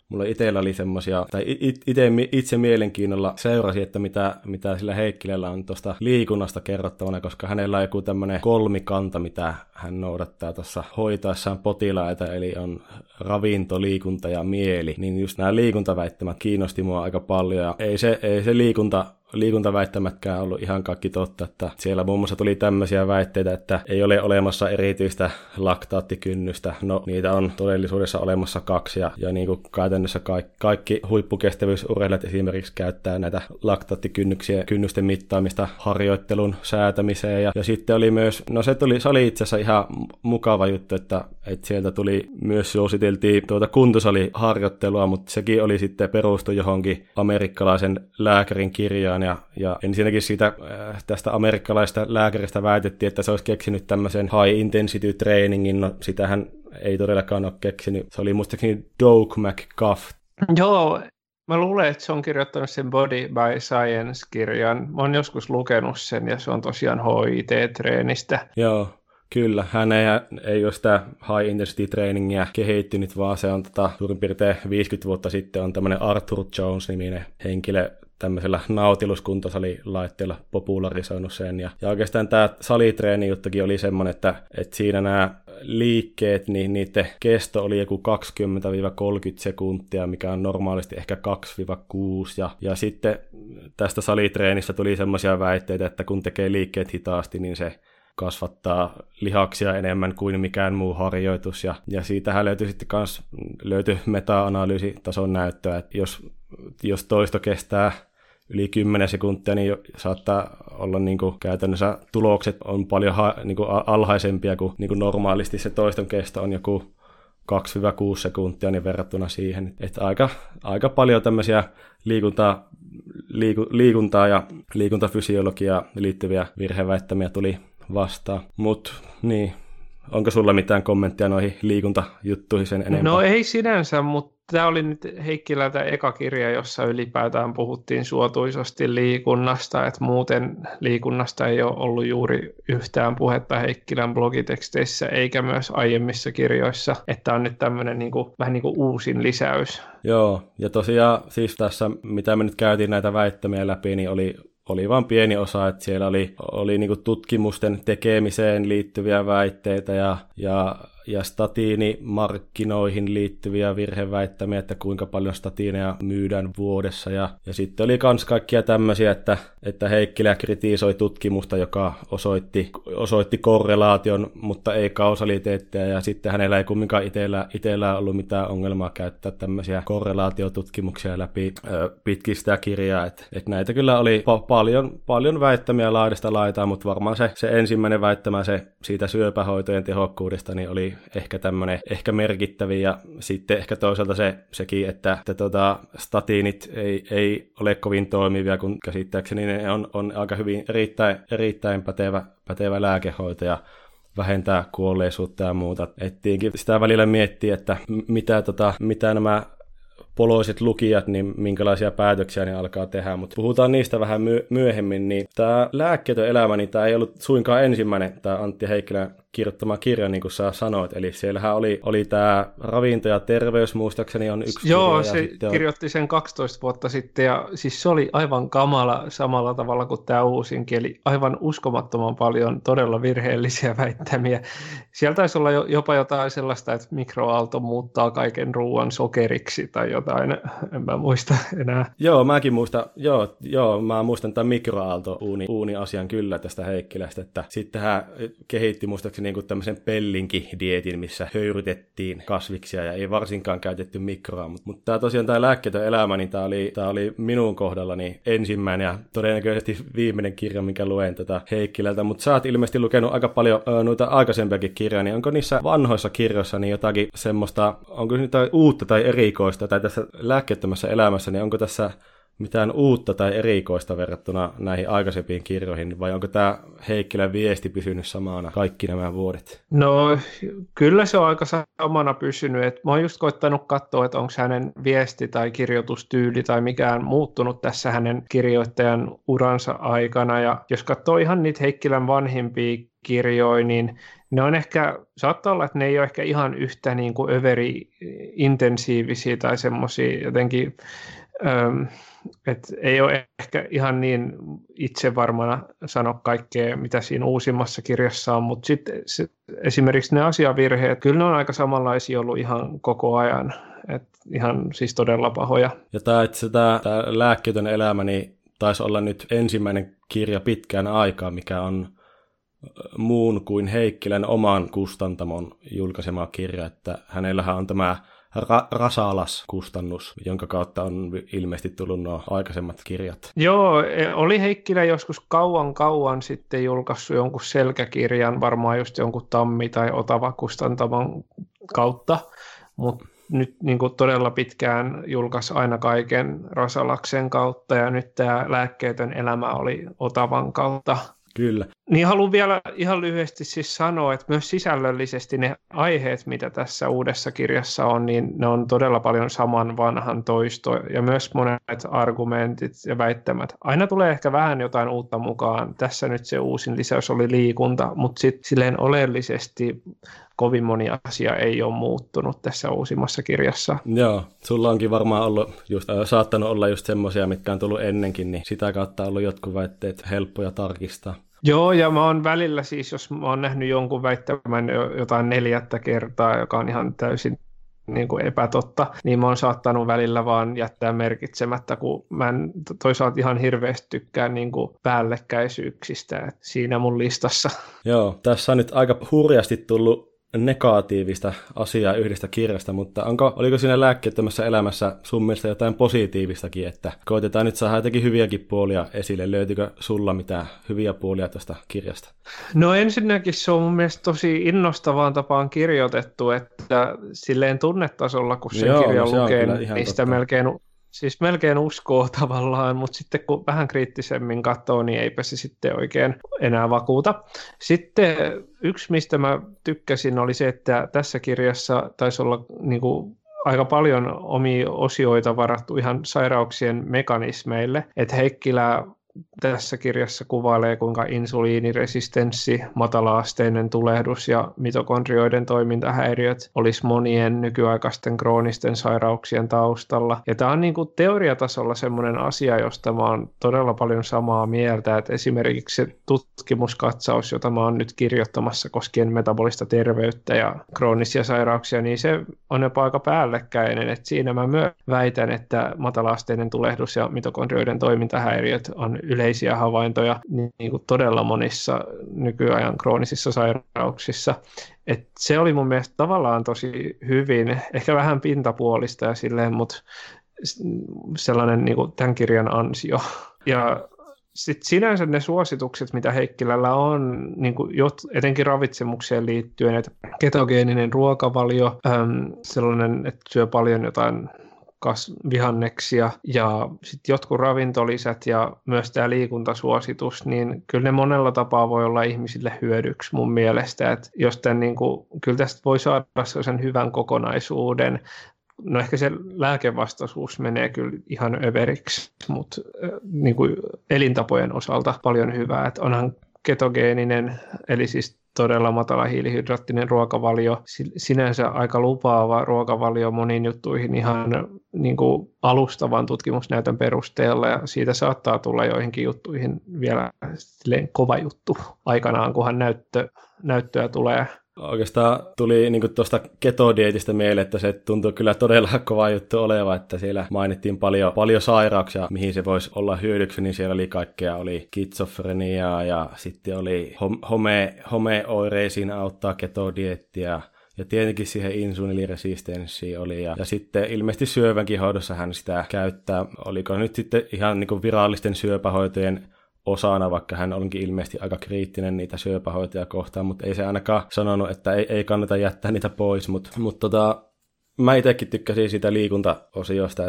mulla itsellä oli semmoisia, tai itse, itse mielenkiinnolla seurasi, että mitä, mitä sillä Heikkilällä on tuosta liikunnasta kerrottavana, koska hänellä on joku tämmöinen kolmikanta, mitä hän noudattaa tuossa hoitaessaan potilaita, eli on ravinto, liikunta ja mieli, niin just nämä liikuntaväittämät kiinnosti mua aika paljon, ja ei se, ei se liikunta liikuntaväittämätkään ollut ihan kaikki totta, että siellä muun muassa tuli tämmöisiä väitteitä, että ei ole olemassa erityistä laktaattikynnystä. No, niitä on todellisuudessa olemassa kaksi, ja, ja niin kuin käytännössä kaikki, kaikki huippukestävyysurheilijat esimerkiksi käyttää näitä laktaattikynnyksiä, kynnysten mittaamista harjoittelun säätämiseen, ja, ja sitten oli myös, no se, tuli, se oli itse asiassa ihan mukava juttu, että, että sieltä tuli myös suositeltiin tuota kuntosaliharjoittelua, mutta sekin oli sitten perustu johonkin amerikkalaisen lääkärin kirjaan, Ja, ja ensinnäkin siitä, tästä amerikkalaista lääkäristä väitettiin, että se olisi keksinyt tämmöisen high intensity trainingin. No, sitähän ei todellakaan ole keksinyt. Se oli muistaakseni Doug McGuff. Joo, mä luulen, että se on kirjoittanut sen Body by Science-kirjan. Mä oon joskus lukenut sen, ja se on tosiaan H I T-treenistä. Joo. Kyllä, hän ei, ei ole sitä high intensity trainingia kehittynyt, vaan se on tota, suurin piirtein viisikymmentä vuotta sitten on tämmöinen Arthur Jones-niminen henkilö tämmöisellä nautiluskuntosalilaitteella popularisoinut sen. Ja, ja oikeastaan tämä salitreeni juttukin oli semmoinen, että, että siinä nämä liikkeet, niin niiden kesto oli joku kaksikymmentä kolmekymmentä sekuntia, mikä on normaalisti ehkä kaksi kuusi. Ja, ja sitten tästä salitreenistä tuli semmoisia väitteitä, että kun tekee liikkeet hitaasti, niin se kasvattaa lihaksia enemmän kuin mikään muu harjoitus, ja, ja siitähän löytyi sitten kans, löytyi meta-analyysitason näyttöä, että jos, jos toisto kestää yli kymmenen sekuntia, niin saattaa olla niin kuin käytännössä tulokset on paljon ha, niin kuin alhaisempia kuin, niin kuin normaalisti se toiston kesto on joku kaksi kuusi sekuntia niin verrattuna siihen, että aika, aika paljon tämmöisiä liikuntaa, liiku, liikuntaa ja liikuntafysiologiaa liittyviä virheväittämiä tuli vastaan. Mutta niin, onko sulla mitään kommenttia noihin liikuntajuttuihin sen enempää? No ei sinänsä, mutta tämä oli nyt Heikkilältä eka kirja, jossa ylipäätään puhuttiin suotuisasti liikunnasta, että muuten liikunnasta ei ole ollut juuri yhtään puhetta Heikkilän blogiteksteissä, eikä myös aiemmissa kirjoissa, että on nyt tämmöinen niin kuin, vähän niin kuin uusin lisäys. Joo, ja tosiaan siis tässä, mitä me nyt käytiin näitä väittämiä läpi, niin oli Oli vain pieni osa, että siellä oli, oli niinku tutkimusten tekemiseen liittyviä väitteitä ja, ja, ja statiinimarkkinoihin liittyviä virheväittämiä, että kuinka paljon statiineja myydään vuodessa. Ja, ja sitten oli myös kaikkia tämmöisiä, että, että Heikkilä kritisoi tutkimusta, joka osoitti, osoitti korrelaation, mutta ei kausaliteetteja. Ja sitten hänellä ei kumminkaan itsellä, itsellä ollut mitään ongelmaa käyttää tämmöisiä korrelaatiotutkimuksia läpi ö, pitkin sitä kirjaa. Että et näitä kyllä oli pa- Paljon, paljon väittämiä laidasta laitaan, mutta varmaan se, se ensimmäinen väittämä se siitä syöpähoitojen tehokkuudesta niin oli ehkä tämmöinen ehkä merkittävin, ja sitten ehkä toisaalta se, sekin, että, että tota, statiinit ei, ei ole kovin toimivia, kun käsittääkseni ne on, on aika hyvin erittäin, erittäin pätevä, pätevä lääkehoito ja vähentää kuolleisuutta ja muuta. Ettiinkin sitä välillä miettiä, että mitä, tota, mitä nämä poloiset lukijat, niin minkälaisia päätöksiä ne alkaa tehdä, mutta puhutaan niistä vähän myöhemmin, niin tämä Lääkkeetön elämä, niin tämä ei ollut suinkaan ensimmäinen, tämä Antti Heikkilän kirjoittama kirja, niin kuin sä sanoit, eli siellähän oli, oli tämä Ravinto ja terveys, muistaakseni on yksi Joo, kirja. se on... kirjoitti sen kaksitoista vuotta sitten, ja siis se oli aivan kamala samalla tavalla kuin tämä uusinkin, eli aivan uskomattoman paljon todella virheellisiä väittämiä. Sieltä taisi olla jopa jotain sellaista, että mikroaalto muuttaa kaiken ruoan sokeriksi tai jotain, en mä muista enää. Joo, mäkin muistan, joo, joo mä muistan tämän mikroaalto-uuni-asian kyllä tästä Heikkilästä, että sitten hän kehitti muistaakseni niin kuin tämmöisen pellinkidietin, missä höyrytettiin kasviksia ja ei varsinkaan käytetty mikroa. Mutta mut tämä tosiaan tämä Lääkkeetön elämä, niin tämä oli, oli minun kohdallani ensimmäinen ja todennäköisesti viimeinen kirja, minkä luen tätä Heikkilältä. Mutta sä oot ilmeisesti lukenut aika paljon ö, noita aikaisempiakin kirjoja, niin onko niissä vanhoissa kirjoissa niin jotakin semmoista, onko niitä uutta tai erikoista tai tässä lääkkeettömässä elämässä, niin onko tässä mitään uutta tai erikoista verrattuna näihin aikaisempiin kirjoihin, vai onko tämä Heikkilän viesti pysynyt samana kaikki nämä vuodet? No kyllä se on aika samana pysynyt. Et mä oon just koittanut katsoa, että onko hänen viesti tai kirjoitustyyli tai mikään muuttunut tässä hänen kirjoittajan uransa aikana. Ja jos katsoo ihan niitä Heikkilän vanhimpia kirjoja, niin ne on ehkä, saattaa olla, että ne ei ole ehkä ihan yhtä niin kuin överi-intensiivisiä tai semmoisia jotenkin, ähm, että ei ole ehkä ihan niin itsevarmana sano kaikkea, mitä siinä uusimmassa kirjassa on, mutta sitten esimerkiksi ne asiavirheet, kyllä ne on aika samanlaisia ollut ihan koko ajan, että ihan siis todella pahoja. Ja tämä, että tämä, tämä lääkkeetön elämä, niin taisi olla nyt ensimmäinen kirja pitkään aikaa, mikä on muun kuin Heikkilän oman kustantamon julkaisema kirja, että hänellähän on tämä Ra- Rasalas-kustannus, jonka kautta on ilmeisesti tullut nuo aikaisemmat kirjat. Joo, oli Heikkilä joskus kauan kauan sitten julkaissut jonkun selkäkirjan, varmaan just jonkun Tammi- tai Otava-kustantamon kautta, mutta nyt niin kuin todella pitkään julkaisi aina kaiken Rasalaksen kautta, ja nyt tämä lääkkeetön elämä oli Otavan kautta. Kyllä. Niin haluan vielä ihan lyhyesti siis sanoa, että myös sisällöllisesti ne aiheet, mitä tässä uudessa kirjassa on, niin ne on todella paljon saman vanhan toisto ja myös monet argumentit ja väittämät. Aina tulee ehkä vähän jotain uutta mukaan. Tässä nyt se uusin lisäys oli liikunta, mutta sitten silleen oleellisesti kovin moni asia ei ole muuttunut tässä uusimmassa kirjassa. Joo, sulla onkin varmaan ollut just, äh, saattanut olla just semmoisia, mitkä on tullut ennenkin, niin sitä kautta on ollut jotkut väitteet helppoja tarkistaa. Joo, ja mä oon välillä siis, jos mä oon nähnyt jonkun väittämän jotain neljättä kertaa, joka on ihan täysin niin kuin epätotta, niin mä oon saattanut välillä vaan jättää merkitsemättä, kun mä en toisaalta ihan hirveästi tykkää niin kuin päällekkäisyyksistä, että siinä mun listassa. Joo, tässä on nyt aika hurjasti tullut negatiivista asiaa yhdestä kirjasta, mutta onko, oliko siinä lääkkeettömässä elämässä sun mielestä jotain positiivistakin, että koitetaan nyt saada jotenkin hyviäkin puolia esille. Löytyykö sulla mitään hyviä puolia tuosta kirjasta? No ensinnäkin se on mun mielestä tosi innostavaan tapaan kirjoitettu, että silleen tunnetasolla, kun sen Joo, kirjan no lukee, niin niin sitä melkein, siis melkein uskoo tavallaan, mutta sitten kun vähän kriittisemmin katsoo, niin eipä se sitten oikein enää vakuuta. Sitten yksi, mistä mä tykkäsin, oli se, että tässä kirjassa taisi olla niin kuin aika paljon omia osioita varattu ihan sairauksien mekanismeille, että Heikkilä tässä kirjassa kuvailee, kuinka insuliiniresistenssi, matala-asteinen tulehdus ja mitokondrioiden toimintahäiriöt olisi monien nykyaikaisten kroonisten sairauksien taustalla. Ja tämä on niin kuin teoriatasolla semmoinen asia, josta mä oon todella paljon samaa mieltä, että esimerkiksi se tutkimuskatsaus, jota mä oon nyt kirjoittamassa koskien metabolista terveyttä ja kroonisia sairauksia, niin se on jopa aika päällekkäinen, että siinä mä myös väitän, että matala-asteinen tulehdus ja mitokondrioiden toimintahäiriöt on yleisiä havaintoja niin kuin todella monissa nykyajan kroonisissa sairauksissa. Et se oli mun mielestä tavallaan tosi hyvin, ehkä vähän pintapuolista ja silleen, mutta sellainen niin kuin tämän kirjan ansio. Ja sitten sinänsä ne suositukset, mitä Heikkilällä on, niin kuin etenkin ravitsemukseen liittyen, että ketogeeninen ruokavalio, sellainen, että syö paljon jotain vihanneksia ja sitten jotkut ravintolisät ja myös tämä liikuntasuositus, niin kyllä ne monella tapaa voi olla ihmisille hyödyksi mun mielestä, että jos tämän, niin kuin, kyllä tästä voi saada sellaisen hyvän kokonaisuuden. No ehkä se lääkevastaisuus menee kyllä ihan överiksi, mutta niin kuin elintapojen osalta paljon hyvää, että onhan ketogeeninen, eli siis todella matala hiilihydraattinen ruokavalio, sinänsä aika lupaava ruokavalio moniin juttuihin ihan niin kuin alustavan tutkimusnäytön perusteella, ja siitä saattaa tulla joihinkin juttuihin vielä kova juttu aikanaan, kunhan näyttö, näyttöä tulee. Oikeastaan tuli niin tuosta ketodietistä mieleen, että se tuntuu kyllä todella kova juttu oleva, että siellä mainittiin paljon, paljon sairauksia, mihin se voisi olla hyödyksi, niin siellä oli kaikkea, oli skitsofreniaa ja sitten oli home, homeoireisiin auttaa ketodiettiä. Ja tietenkin siihen insuliiniresistenssiin oli. Ja, ja sitten ilmeisesti syövänkin hoidossa hän sitä käyttää. Oliko nyt sitten ihan niin kuin virallisten syöpähoitojen osana, vaikka hän onkin ilmeisesti aika kriittinen niitä syöpähoitoja kohtaan, mutta ei se ainakaan sanonut, että ei, ei kannata jättää niitä pois. Mutta mut tota, mä itsekin tykkäsin siitä liikuntaosiosta, että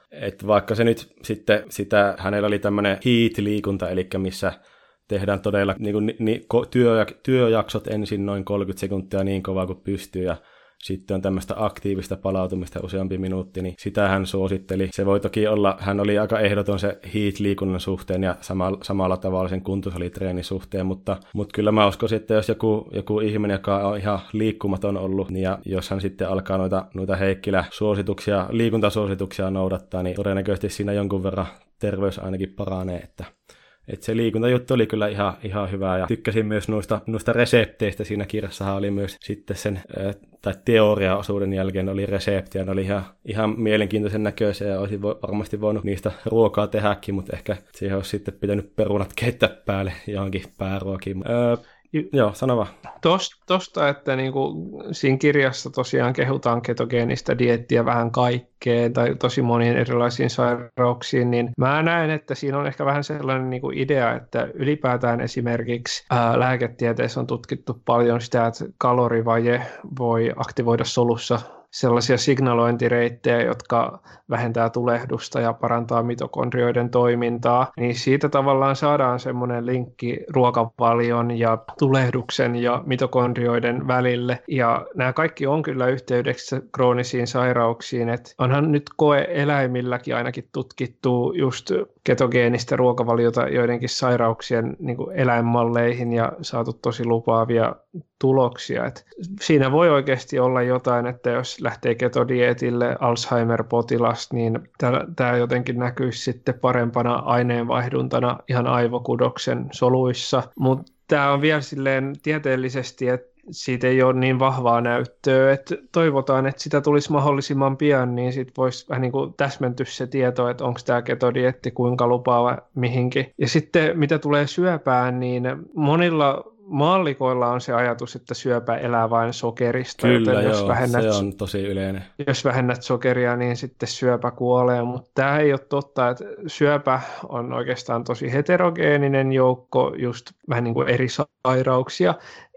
että vaikka se nyt sitten sitä, hänellä oli tämmöinen heat-liikunta, eli missä tehdään todella niin kuin, ni, työjak, työjaksot ensin noin kolmekymmentä sekuntia niin kovaa kuin pystyy, ja sitten on tämmöistä aktiivista palautumista useampi minuutti, niin sitä hän suositteli. Se voi toki olla, hän oli aika ehdoton se heat-liikunnan suhteen ja samalla, samalla tavalla sen kuntosalitreenin suhteen, mutta, mutta kyllä mä uskoisin, että jos joku, joku ihminen, joka on ihan liikkumaton ollut, niin ja jos hän sitten alkaa noita, noita Heikkilä-suosituksia, liikuntasuosituksia noudattaa, niin todennäköisesti siinä jonkun verran terveys ainakin paranee, että Että se liikuntajuttu oli kyllä ihan, ihan hyvä, ja tykkäsin myös noista, noista resepteistä. Siinä kirjassahan oli myös sitten sen, tai teoriaosuuden jälkeen oli reseptiä, ne oli ihan, ihan mielenkiintoisen näköisiä, ja olisin varmasti voinut niistä ruokaa tehdäkin, mutta ehkä siihen olisi sitten pitänyt perunat keittää päälle johonkin pääruokiin. Öö, Joo, sano vaan. Tuosta, että niinku siinä kirjassa tosiaan kehutaan ketogeenistä dieettiä vähän kaikkeen tai tosi moniin erilaisiin sairauksiin, niin mä näen, että siinä on ehkä vähän sellainen niinku idea, että ylipäätään esimerkiksi ää, lääketieteessä on tutkittu paljon sitä, että kalorivaje voi aktivoida solussa sellaisia signalointireittejä, jotka vähentää tulehdusta ja parantaa mitokondrioiden toimintaa, niin siitä tavallaan saadaan semmoinen linkki ruokavalion ja tulehduksen ja mitokondrioiden välille. Ja nämä kaikki on kyllä yhteydessä kroonisiin sairauksiin, että onhan nyt koe-eläimilläkin ainakin tutkittu just ketogeenistä ruokavaliota joidenkin sairauksien niin kuin eläinmalleihin ja saatu tosi lupaavia tuloksia. Et siinä voi oikeasti olla jotain, että jos lähtee ketodietille Alzheimer-potilas, niin tämä jotenkin näkyisi sitten parempana aineenvaihduntana ihan aivokudoksen soluissa. Mutta tämä on vielä silleen tieteellisesti, että siitä ei ole niin vahvaa näyttöä, että toivotaan, että sitä tulisi mahdollisimman pian, niin sitten voisi vähän niin kuin täsmentyä se tieto, että onko tämä ketodieetti kuinka lupaava mihinkin. Ja sitten mitä tulee syöpään, niin monilla maallikoilla on se ajatus, että syöpä elää vain sokerista. Kyllä, joten joo, jos vähennät, se on tosi yleinen. Jos vähennät sokeria, niin sitten syöpä kuolee, mutta tämä ei ole totta, että syöpä on oikeastaan tosi heterogeeninen joukko, just vähän niin kuin eri sairauksia,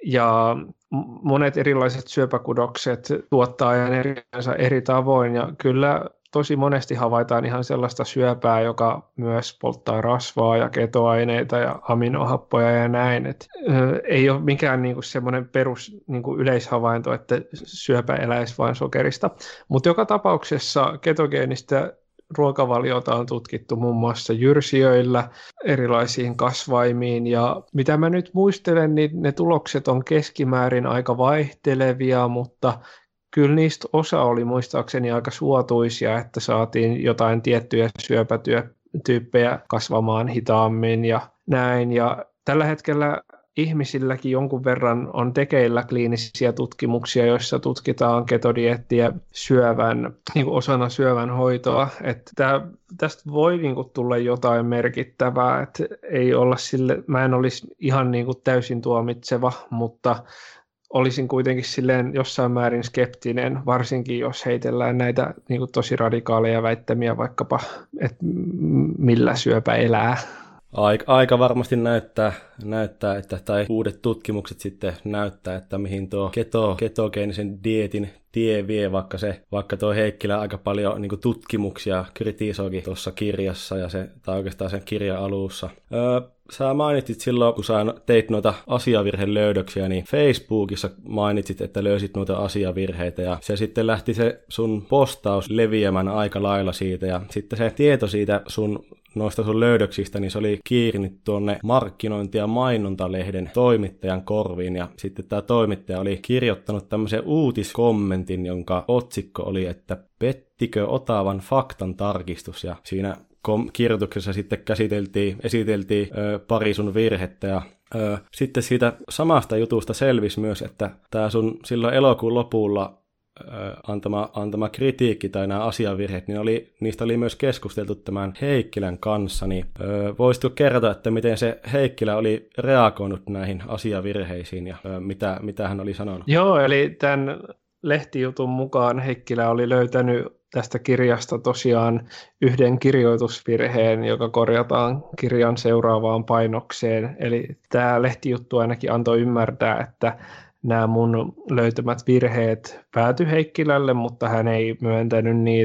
ja monet erilaiset syöpäkudokset tuottaa energiansa eri tavoin, ja kyllä tosi monesti havaitaan ihan sellaista syöpää, joka myös polttaa rasvaa ja ketoaineita ja aminohappoja ja näin. Et, ö, ei ole mikään niinku semmoinen perus niinku yleishavainto, että syöpä eläisi vain sokerista. Mutta joka tapauksessa ketogeenistä ruokavaliota on tutkittu muun muassa jyrsijöillä, erilaisiin kasvaimiin, ja mitä mä nyt muistelen, niin ne tulokset on keskimäärin aika vaihtelevia, mutta kyllä niistä osa oli muistaakseni aika suotuisia, että saatiin jotain tiettyjä syöpätyyppejä kasvamaan hitaammin ja näin. Ja tällä hetkellä ihmisilläkin jonkun verran on tekeillä kliinisiä tutkimuksia, joissa tutkitaan ketodiettiä syövän, niin kuin osana syövän hoitoa. Että tää, tästä voi niin kuin tulla jotain merkittävää, että ei olla sille, mä en olisi ihan niin kuin täysin tuomitseva, mutta olisin kuitenkin silleen jossain määrin skeptinen, varsinkin jos heitellään näitä niin kuin tosi radikaaleja väittämiä vaikkapa, että millä syöpä elää. Aika, aika varmasti näyttää, näyttää että, tai uudet tutkimukset sitten näyttää, että mihin tuo keto, ketogeenisen dieetin tie vie, vaikka, se, vaikka tuo Heikkilä aika paljon niin kuin tutkimuksia kritisoikin tuossa kirjassa, ja se, tai oikeastaan sen kirjan alussa. Öö, Sä mainitsit silloin, kun sä teit noita asiavirhelöydöksiä, niin Facebookissa mainitsit, että löysit noita asiavirheitä, ja se sitten lähti se sun postaus leviämään aika lailla siitä, ja sitten se tieto siitä sun noista sun löydöksistä, niin se oli kiirinyt tuonne markkinointi- ja mainontalehden toimittajan korviin, ja sitten tämä toimittaja oli kirjoittanut tämmöisen uutiskommentin, jonka otsikko oli, että pettikö Otavan faktan tarkistus, ja siinä kirjoituksessa sitten käsiteltiin, esiteltiin ö, pari sun virhettä, ja ö, sitten siitä samasta jutusta selvisi myös, että tämä sun silloin elokuun lopulla ö, antama, antama kritiikki tai nämä asiavirheet, niin oli, niistä oli myös keskusteltu tämän Heikkilän kanssa, niin ö, voisitko kertoa, että miten se Heikkilä oli reagoinut näihin asiavirheisiin ja ö, mitä, mitä hän oli sanonut? Joo, eli tämän lehtijutun mukaan Heikkilä oli löytänyt tästä kirjasta tosiaan yhden kirjoitusvirheen, joka korjataan kirjan seuraavaan painokseen. Eli tämä lehtijuttu ainakin antoi ymmärtää, että nämä mun löytämät virheet päätyi Heikkilälle, mutta hän ei myöntänyt niitä.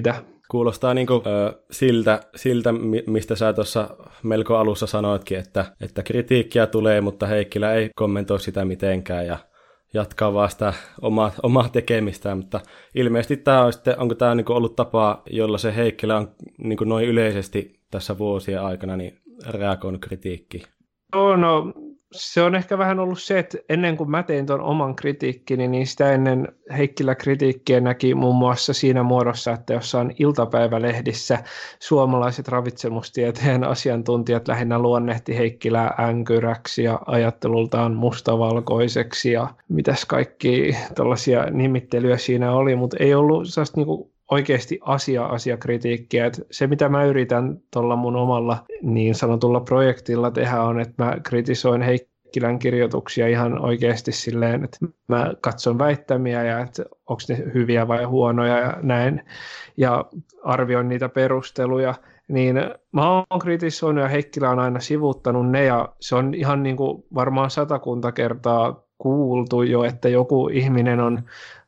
Kuulostaa niin kuin, ö, siltä, siltä, mistä sä tuossa melko alussa sanoitkin, että, että kritiikkiä tulee, mutta Heikkilä ei kommentoi sitä mitenkään ja jatkaa vaan sitä omaa, omaa tekemistään, mutta ilmeisesti tämä on sitten, onko tämä niin kuin ollut tapa, jolla se Heikkilä on niin kuin noin yleisesti tässä vuosien aikana niin reagoinut kritiikkiin? No, no, se on ehkä vähän ollut se, että ennen kuin mä tein tuon oman kritiikkini, niin sitä ennen Heikkilä kritiikkiä näki muun muassa siinä muodossa, että jossain iltapäivälehdissä suomalaiset ravitsemustieteen asiantuntijat lähinnä luonnehti Heikkilää änkyräksi ja ajattelultaan mustavalkoiseksi ja mitäs kaikki tällaisia nimittelyjä siinä oli, mutta ei ollut sellaista niinku oikeasti asia-asiakritiikkiä. Että se, mitä mä yritän tuolla mun omalla niin sanotulla projektilla tehdä, on, että mä kritisoin Heikkilän kirjoituksia ihan oikeasti silleen, että mä katson väittämiä ja että onko ne hyviä vai huonoja ja näin, ja arvioin niitä perusteluja. Niin mä oon kritisoinut ja Heikkilä on aina sivuuttanut ne, ja se on ihan niin kuin varmaan satakunta kertaa kuultu jo, että joku ihminen on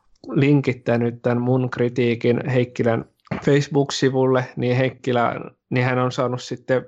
linkittänyt tämän mun kritiikin Heikkilän Facebook-sivulle, niin Heikkilä, niin hän on saanut sitten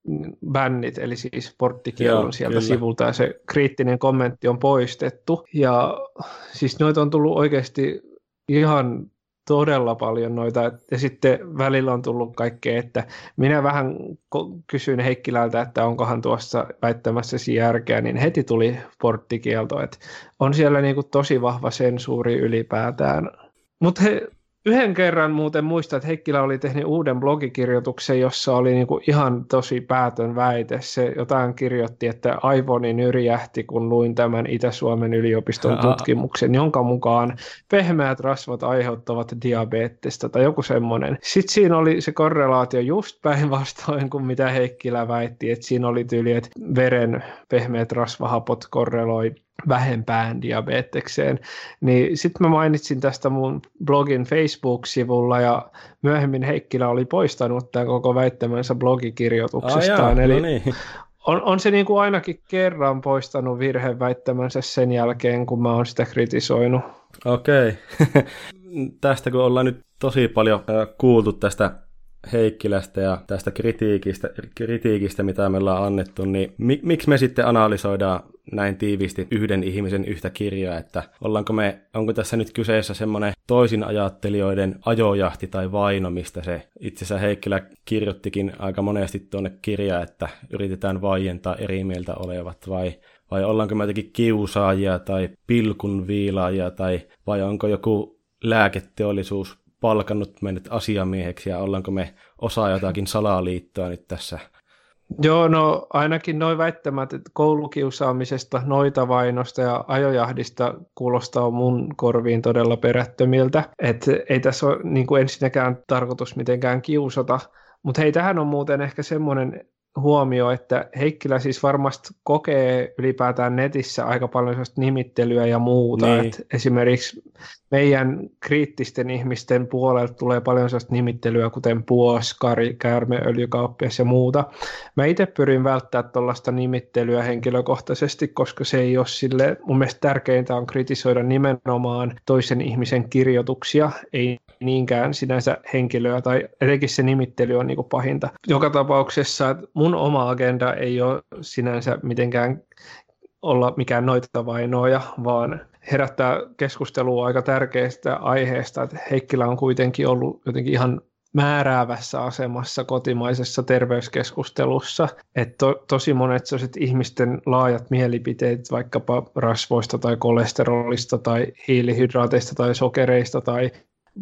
bännit, eli siis porttikielon sieltä kyllä sivulta, ja se kriittinen kommentti on poistettu. Ja siis noita on tullut oikeasti ihan todella paljon noita, ja sitten välillä on tullut kaikkea, että minä vähän kysyin Heikkilältä, että onkohan tuossa väittämässäsi järkeä, niin heti tuli porttikielto, että on siellä niin kuin tosi vahva sensuuri ylipäätään. Mutta yhden kerran muuten muistan, että Heikkilä oli tehnyt uuden blogikirjoituksen, jossa oli niinku ihan tosi päätön väite. Se jotain kirjoitti, että aivoni nyrjähti, kun luin tämän Itä-Suomen yliopiston tutkimuksen, jonka mukaan pehmeät rasvat aiheuttavat diabetesta tai joku semmoinen. Sitten siinä oli se korrelaatio just päinvastoin kuin mitä Heikkilä väitti, että siinä oli tyyli, että veren pehmeät rasvahapot korreloi vähempään diabetekseen, niin sitten mä mainitsin tästä mun blogin Facebook-sivulla, ja myöhemmin Heikkilä oli poistanut tämän koko väittämänsä blogikirjoituksestaan, ah, jaa, eli no niin. on, on se niin kuin ainakin kerran poistanut virheväittämänsä sen jälkeen, kun mä oon sitä kritisoinut. Okei, okay. Tästä kun ollaan nyt tosi paljon kuultu tästä Heikkilästä ja tästä kritiikistä, kritiikistä, mitä me ollaan annettu, niin mi- miksi me sitten analysoidaan näin tiiviisti yhden ihmisen yhtä kirjaa, että ollaanko me, onko tässä nyt kyseessä semmoinen toisin ajattelijoiden ajojahti tai vaino, mistä se itse asiassa Heikkilä kirjoittikin aika monesti tuonne kirjaan, että yritetään vaientaa eri mieltä olevat, vai, vai ollaanko me jotenkin kiusaajia tai pilkunviilaajia, tai vai onko joku lääketeollisuus palkannut meidät asiamieheksi ja ollaanko me osa jotakin salaliittoa nyt tässä? Joo, no ainakin nuo väittämät, että koulukiusaamisesta, noitavainosta ja ajojahdista kuulostaa mun korviin todella perättömiltä. Että ei tässä ole niin kuin ensinnäkään tarkoitus mitenkään kiusata, mutta hei, tähän on muuten ehkä semmoinen huomio, että Heikkilä siis varmasti kokee ylipäätään netissä aika paljon sellaista nimittelyä ja muuta. Niin. Et esimerkiksi meidän kriittisten ihmisten puolelta tulee paljon sellaista nimittelyä, kuten puoskari, käärmeöljykauppias ja muuta. Mä itse pyrin välttämään tuollaista nimittelyä henkilökohtaisesti, koska se ei ole sille, mun mielestä tärkeintä on kritisoida nimenomaan toisen ihmisen kirjoituksia, ei niinkään sinänsä henkilöä, tai etenkin se nimittely on niin kuin pahinta. Joka tapauksessa mun oma agenda ei ole sinänsä mitenkään olla mikään noitavainoja, vaan herättää keskustelua aika tärkeästä aiheesta, että Heikkilä on kuitenkin ollut jotenkin ihan määräävässä asemassa kotimaisessa terveyskeskustelussa, että to, tosi monet sellaiset ihmisten laajat mielipiteet vaikkapa rasvoista tai kolesterolista tai hiilihydraateista tai sokereista tai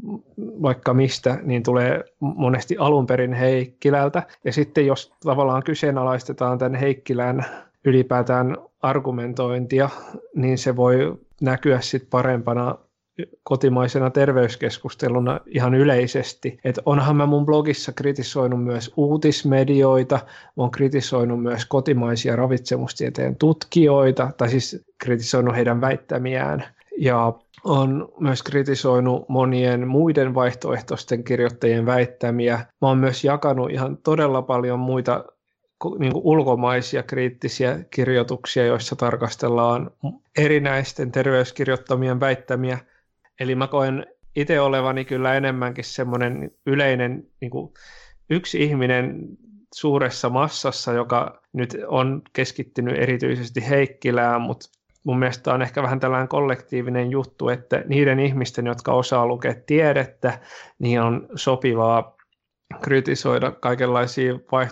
vaikka mistä, niin tulee monesti alun perin Heikkilältä. Ja sitten jos tavallaan kyseenalaistetaan tämän Heikkilän ylipäätään argumentointia, niin se voi näkyä sitten parempana kotimaisena terveyskeskusteluna ihan yleisesti. Et onhan mä mun blogissa kritisoinut myös uutismedioita, mä oon kritisoinut myös kotimaisia ravitsemustieteen tutkijoita, tai siis kritisoinut heidän väittämiään. Ja on myös kritisoinut monien muiden vaihtoehtoisten kirjoittajien väittämiä. Mä oon myös jakanut ihan todella paljon muita niin kuin ulkomaisia kriittisiä kirjoituksia, joissa tarkastellaan erinäisten terveyskirjoittamien väittämiä. Eli mä koen itse olevani kyllä enemmänkin semmoinen yleinen niin kuin yksi ihminen suuressa massassa, joka nyt on keskittynyt erityisesti Heikkilään, mutta mun mielestä on ehkä vähän tällainen kollektiivinen juttu, että niiden ihmisten, jotka osaa lukea tiedettä, niin on sopivaa kritisoida kaikenlaisia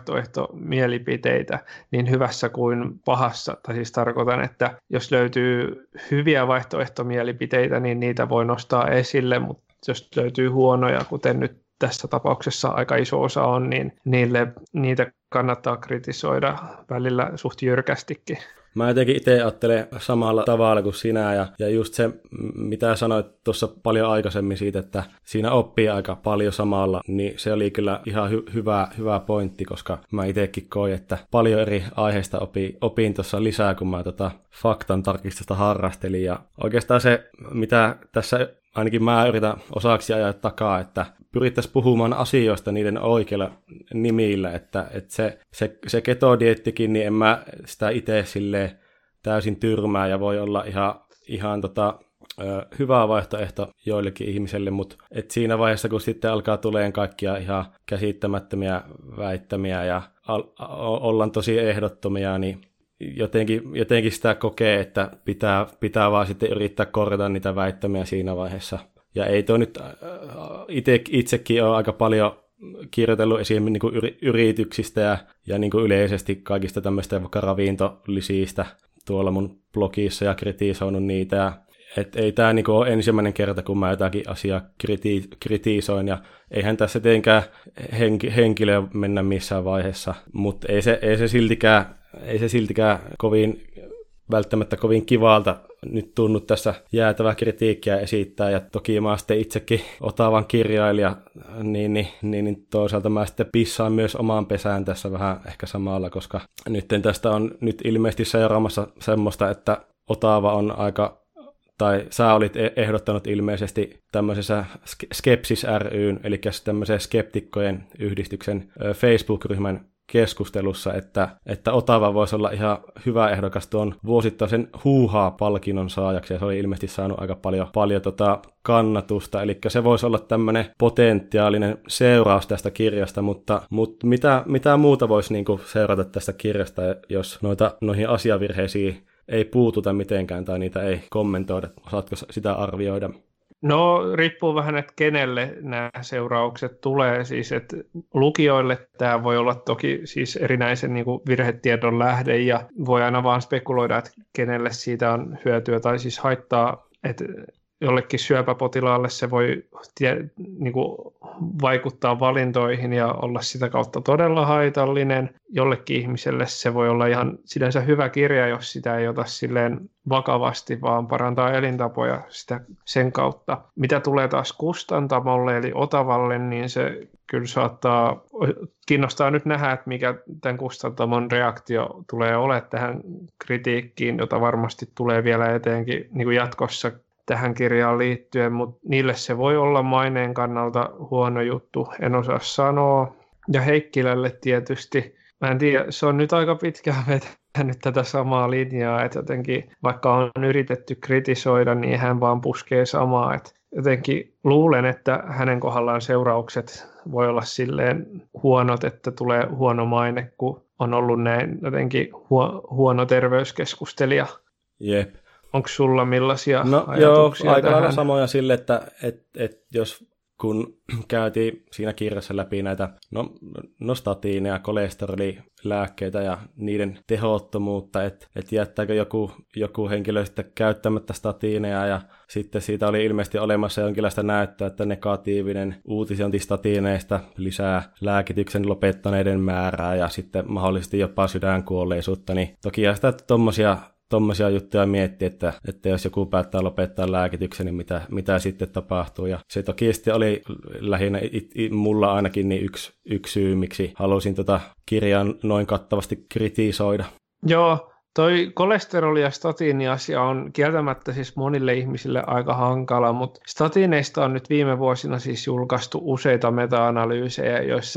vaihtoehtomielipiteitä niin hyvässä kuin pahassa. Tai siis tarkoitan, että jos löytyy hyviä vaihtoehtomielipiteitä, niin niitä voi nostaa esille, mutta jos löytyy huonoja, kuten nyt tässä tapauksessa aika iso osa on, niin niille, niitä kannattaa kritisoida välillä suht jyrkästikin. Mä jotenkin itse ajattelen samalla tavalla kuin sinä, ja, ja just se, mitä sanoit tuossa paljon aikaisemmin siitä, että siinä oppii aika paljon samalla, niin se oli kyllä ihan hy- hyvä, hyvä pointti, koska mä itsekin koin, että paljon eri aiheista opin, opin tuossa lisää, kun mä tota faktan tarkistusta harrastelin, ja oikeastaan se, mitä tässä ainakin mä yritän osaksi ajaa takaa, että pyrittäisiin puhumaan asioista niiden oikeilla nimillä, että, että se, se, se ketodiettikin, niin en mä sitä itse silleen täysin tyrmää ja voi olla ihan, ihan tota, ö, hyvä vaihtoehto joillekin ihmiselle, mutta et siinä vaiheessa, kun sitten alkaa tulemaan kaikkia ihan käsittämättömiä väittämiä ja al, a, ollaan tosi ehdottomia, niin jotenkin, jotenkin sitä kokee, että pitää, pitää vaan sitten yrittää korjata niitä väittämiä siinä vaiheessa. Ja ei tuo nyt, itse, itsekin ole aika paljon kirjoitellut esimerkiksi niin kuin yrityksistä ja, ja niin kuin yleisesti kaikista tämmöistä vaikka ravintolisistä tuolla mun blogissa ja kritisoinut niitä. Ja, et ei tämä niin kuin ole ensimmäinen kerta, kun mä jotakin asiaa kriti, kritisoin, ja eihän tässä tietenkään henki, henkilöä mennä missään vaiheessa, mutta ei se, ei se siltikään, ei se siltikään kovin, välttämättä kovin kivalta nyt tunnu tässä jäätävää kritiikkiä esittää, ja toki mä sitten itsekin Otavan kirjailija, niin, niin, niin, niin toisaalta mä sitten pissaan myös omaan pesään tässä vähän ehkä samalla, koska nyt tästä on nyt ilmeisesti seuraamassa semmoista, että Otava on aika, tai sä olit ehdottanut ilmeisesti tämmöisessä Skepsis ry:n, eli tämmöisen skeptikkojen yhdistyksen Facebook-ryhmän keskustelussa, että, että Otava voisi olla ihan hyvä ehdokas tuon vuosittaisen huuhaa-palkinnon saajaksi, ja se oli ilmeisesti saanut aika paljon, paljon tota kannatusta, eli se voisi olla tämmöinen potentiaalinen seuraus tästä kirjasta, mutta, mutta mitä, mitä muuta voisi niinku seurata tästä kirjasta, jos noita, noihin asiavirheisiin ei puututa mitenkään tai niitä ei kommentoida? Osaatko sitä arvioida? No riippuu vähän, että kenelle nämä seuraukset tulee. Siis, että lukijoille tämä voi olla toki siis erinäisen niin kuin virhetiedon lähde, ja voi aina vaan spekuloida, että kenelle siitä on hyötyä tai siis haittaa, että jollekin syöpäpotilaalle se voi tie, niin kuin vaikuttaa valintoihin ja olla sitä kautta todella haitallinen. Jollekin ihmiselle se voi olla ihan sinänsä hyvä kirja, jos sitä ei ota silleen vakavasti, vaan parantaa elintapoja sitä sen kautta. Mitä tulee taas kustantamolle eli Otavalle, niin se kyllä saattaa kiinnostaa nyt nähdä, että mikä tämän kustantamon reaktio tulee olemaan tähän kritiikkiin, jota varmasti tulee vielä eteenkin niin kuin jatkossa tähän kirjaan liittyen, mutta niille se voi olla maineen kannalta huono juttu, en osaa sanoa. Ja Heikkilälle tietysti, mä en tiedä, se on nyt aika pitkään vetänyt tätä samaa linjaa, että jotenkin vaikka on yritetty kritisoida, niin hän vaan puskee samaa. Että jotenkin luulen, että hänen kohdallaan seuraukset voi olla silleen huonot, että tulee huono maine, kun on ollut näin jotenkin huono terveyskeskustelija. Jep. Onko sulla millaisia no, ajatuksia joo, aika tähän? lailla samoja sille, että et, et jos kun käytiin siinä kirjassa läpi näitä no, no statiineja, kolesterolilääkkeitä ja niiden tehottomuutta, että et jättääkö joku, joku henkilö sitten käyttämättä statiineja, ja sitten siitä oli ilmeisesti olemassa jonkinlaista näyttöä, että negatiivinen uutisointi statiineista lisää lääkityksen lopettaneiden määrää ja sitten mahdollisesti jopa sydänkuolleisuutta, niin toki sitä tommosia Tuommoisia juttuja miettiä, että, että jos joku päättää lopettaa lääkityksen, niin mitä, mitä sitten tapahtuu. Ja se toki sitten oli lähinnä it, it, mulla ainakin niin yksi, yksi syy, miksi halusin tota kirjaa noin kattavasti kritisoida. Joo, toi kolesteroli- ja statiini-asia on kieltämättä siis monille ihmisille aika hankala, mutta statiineista on nyt viime vuosina siis julkaistu useita meta-analyysejä, joissa se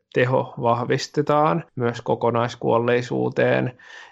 teho vahvistetaan myös kokonaiskuolleisuuteen.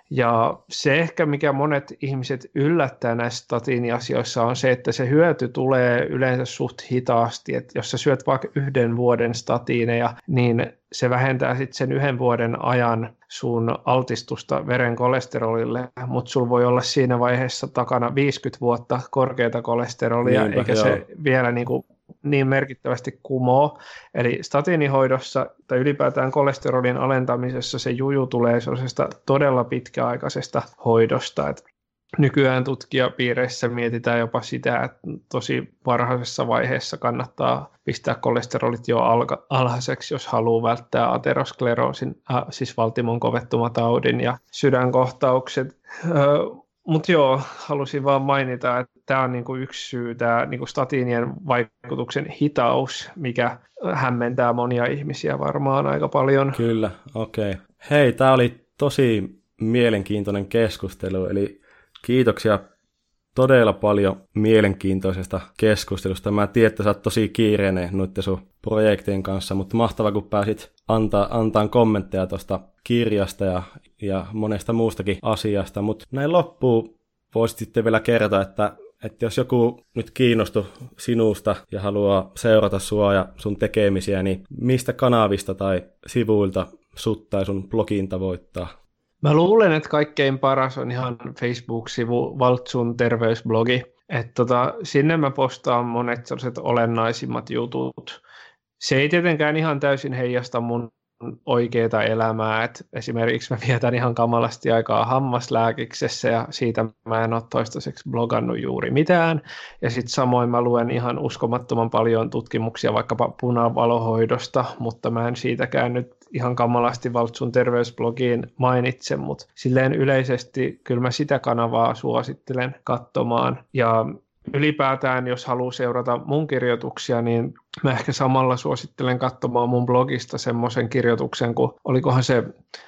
Ja se ehkä, mikä monet ihmiset yllättää näissä statiiniasioissa, on se, että se hyöty tulee yleensä suht hitaasti. Että jos sä syöt vaikka yhden vuoden statiineja, niin se vähentää sitten sen yhden vuoden ajan sun altistusta veren kolesterolille, mutta sulla voi olla siinä vaiheessa takana viisikymmentä vuotta korkeata kolesterolia, Niinpä, eikä joo. se vielä niinku niin merkittävästi kumoo. Eli statiinihoidossa tai ylipäätään kolesterolin alentamisessa se juju tulee sellaisesta todella pitkäaikaisesta hoidosta. Et nykyään tutkijapiireissä mietitään jopa sitä, että tosi varhaisessa vaiheessa kannattaa pistää kolesterolit jo alka- alhaiseksi, jos haluaa välttää ateroskleroosin, äh, siis valtimon kovettumataudin ja sydänkohtaukset. Öö, Mutta joo, halusin vaan mainita, että tämä on niinku yksi syy, tämä niinku statiinien vaikutuksen hitaus, mikä hämmentää monia ihmisiä varmaan aika paljon. Kyllä, okei. Okay. Hei, tämä oli tosi mielenkiintoinen keskustelu, eli kiitoksia todella paljon mielenkiintoisesta keskustelusta. Mä tiedän, että sä oot tosi kiireinen noitten sun projektien kanssa, mutta mahtavaa, kun pääsit antaa, antaa kommentteja tuosta kirjasta ja, ja monesta muustakin asiasta. Mutta näin loppuun voisit sitten vielä kertoa, että, että jos joku nyt kiinnostui sinusta ja haluaa seurata sua ja sun tekemisiä, niin mistä kanavista tai sivuilta sut tai sun blogin tavoittaa? Mä luulen, että kaikkein paras on ihan Facebook-sivu Valtsun terveysblogi. Että tota, sinne mä postaan monet sellaiset olennaisimmat jutut. Se ei tietenkään ihan täysin heijasta mun oikeaa elämää. Et esimerkiksi mä vietän ihan kamalasti aikaa hammaslääkiksessä ja siitä mä en ole toistaiseksi blogannut juuri mitään. Ja sitten samoin mä luen ihan uskomattoman paljon tutkimuksia vaikkapa punavalohoidosta, mutta mä en siitäkään nyt ihan kamalasti Valtsun terveysblogiin mainitse, mutta silleen yleisesti kyllä mä sitä kanavaa suosittelen katsomaan. Ja ylipäätään, jos haluaa seurata mun kirjoituksia, niin mä ehkä samalla suosittelen katsomaan mun blogista semmoisen kirjoituksen, kun olikohan se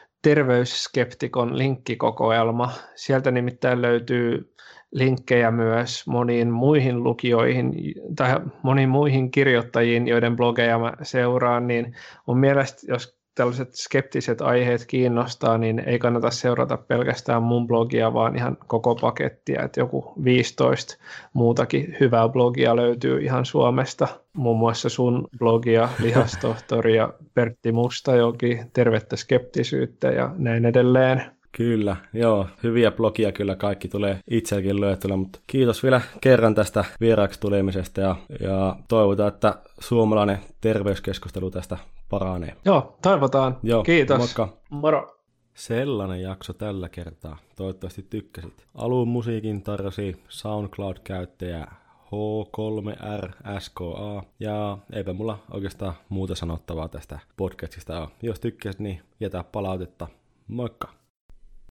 terveysskeptikon linkkikokoelma. Sieltä nimittäin löytyy linkkejä myös moniin muihin lukijoihin tai moniin muihin kirjoittajiin, joiden blogeja mä seuraan, niin mun mielestä, jos tällaiset skeptiset aiheet kiinnostaa, niin ei kannata seurata pelkästään mun blogia, vaan ihan koko pakettia, että joku viisitoista muutakin hyvää blogia löytyy ihan Suomesta, muun muassa sun blogia, Lihastohtori ja Pertti Mustajoki, Tervettä skeptisyyttä ja näin edelleen. Kyllä, joo, hyviä blogia kyllä kaikki tulee itselläkin löytyä, mutta kiitos vielä kerran tästä vieraaksi tulemisesta ja, ja toivotaan, että suomalainen terveyskeskustelu tästä paranee. Joo, toivotaan. Joo, kiitos. Moikka. Moro. Sellainen jakso tällä kertaa. Toivottavasti tykkäsit. Alun musiikin tarjosi SoundCloud-käyttäjä H kolme R S K A ja eipä mulla oikeastaan muuta sanottavaa tästä podcastista ole. Jos tykkäsit, niin jätä palautetta. Moikka!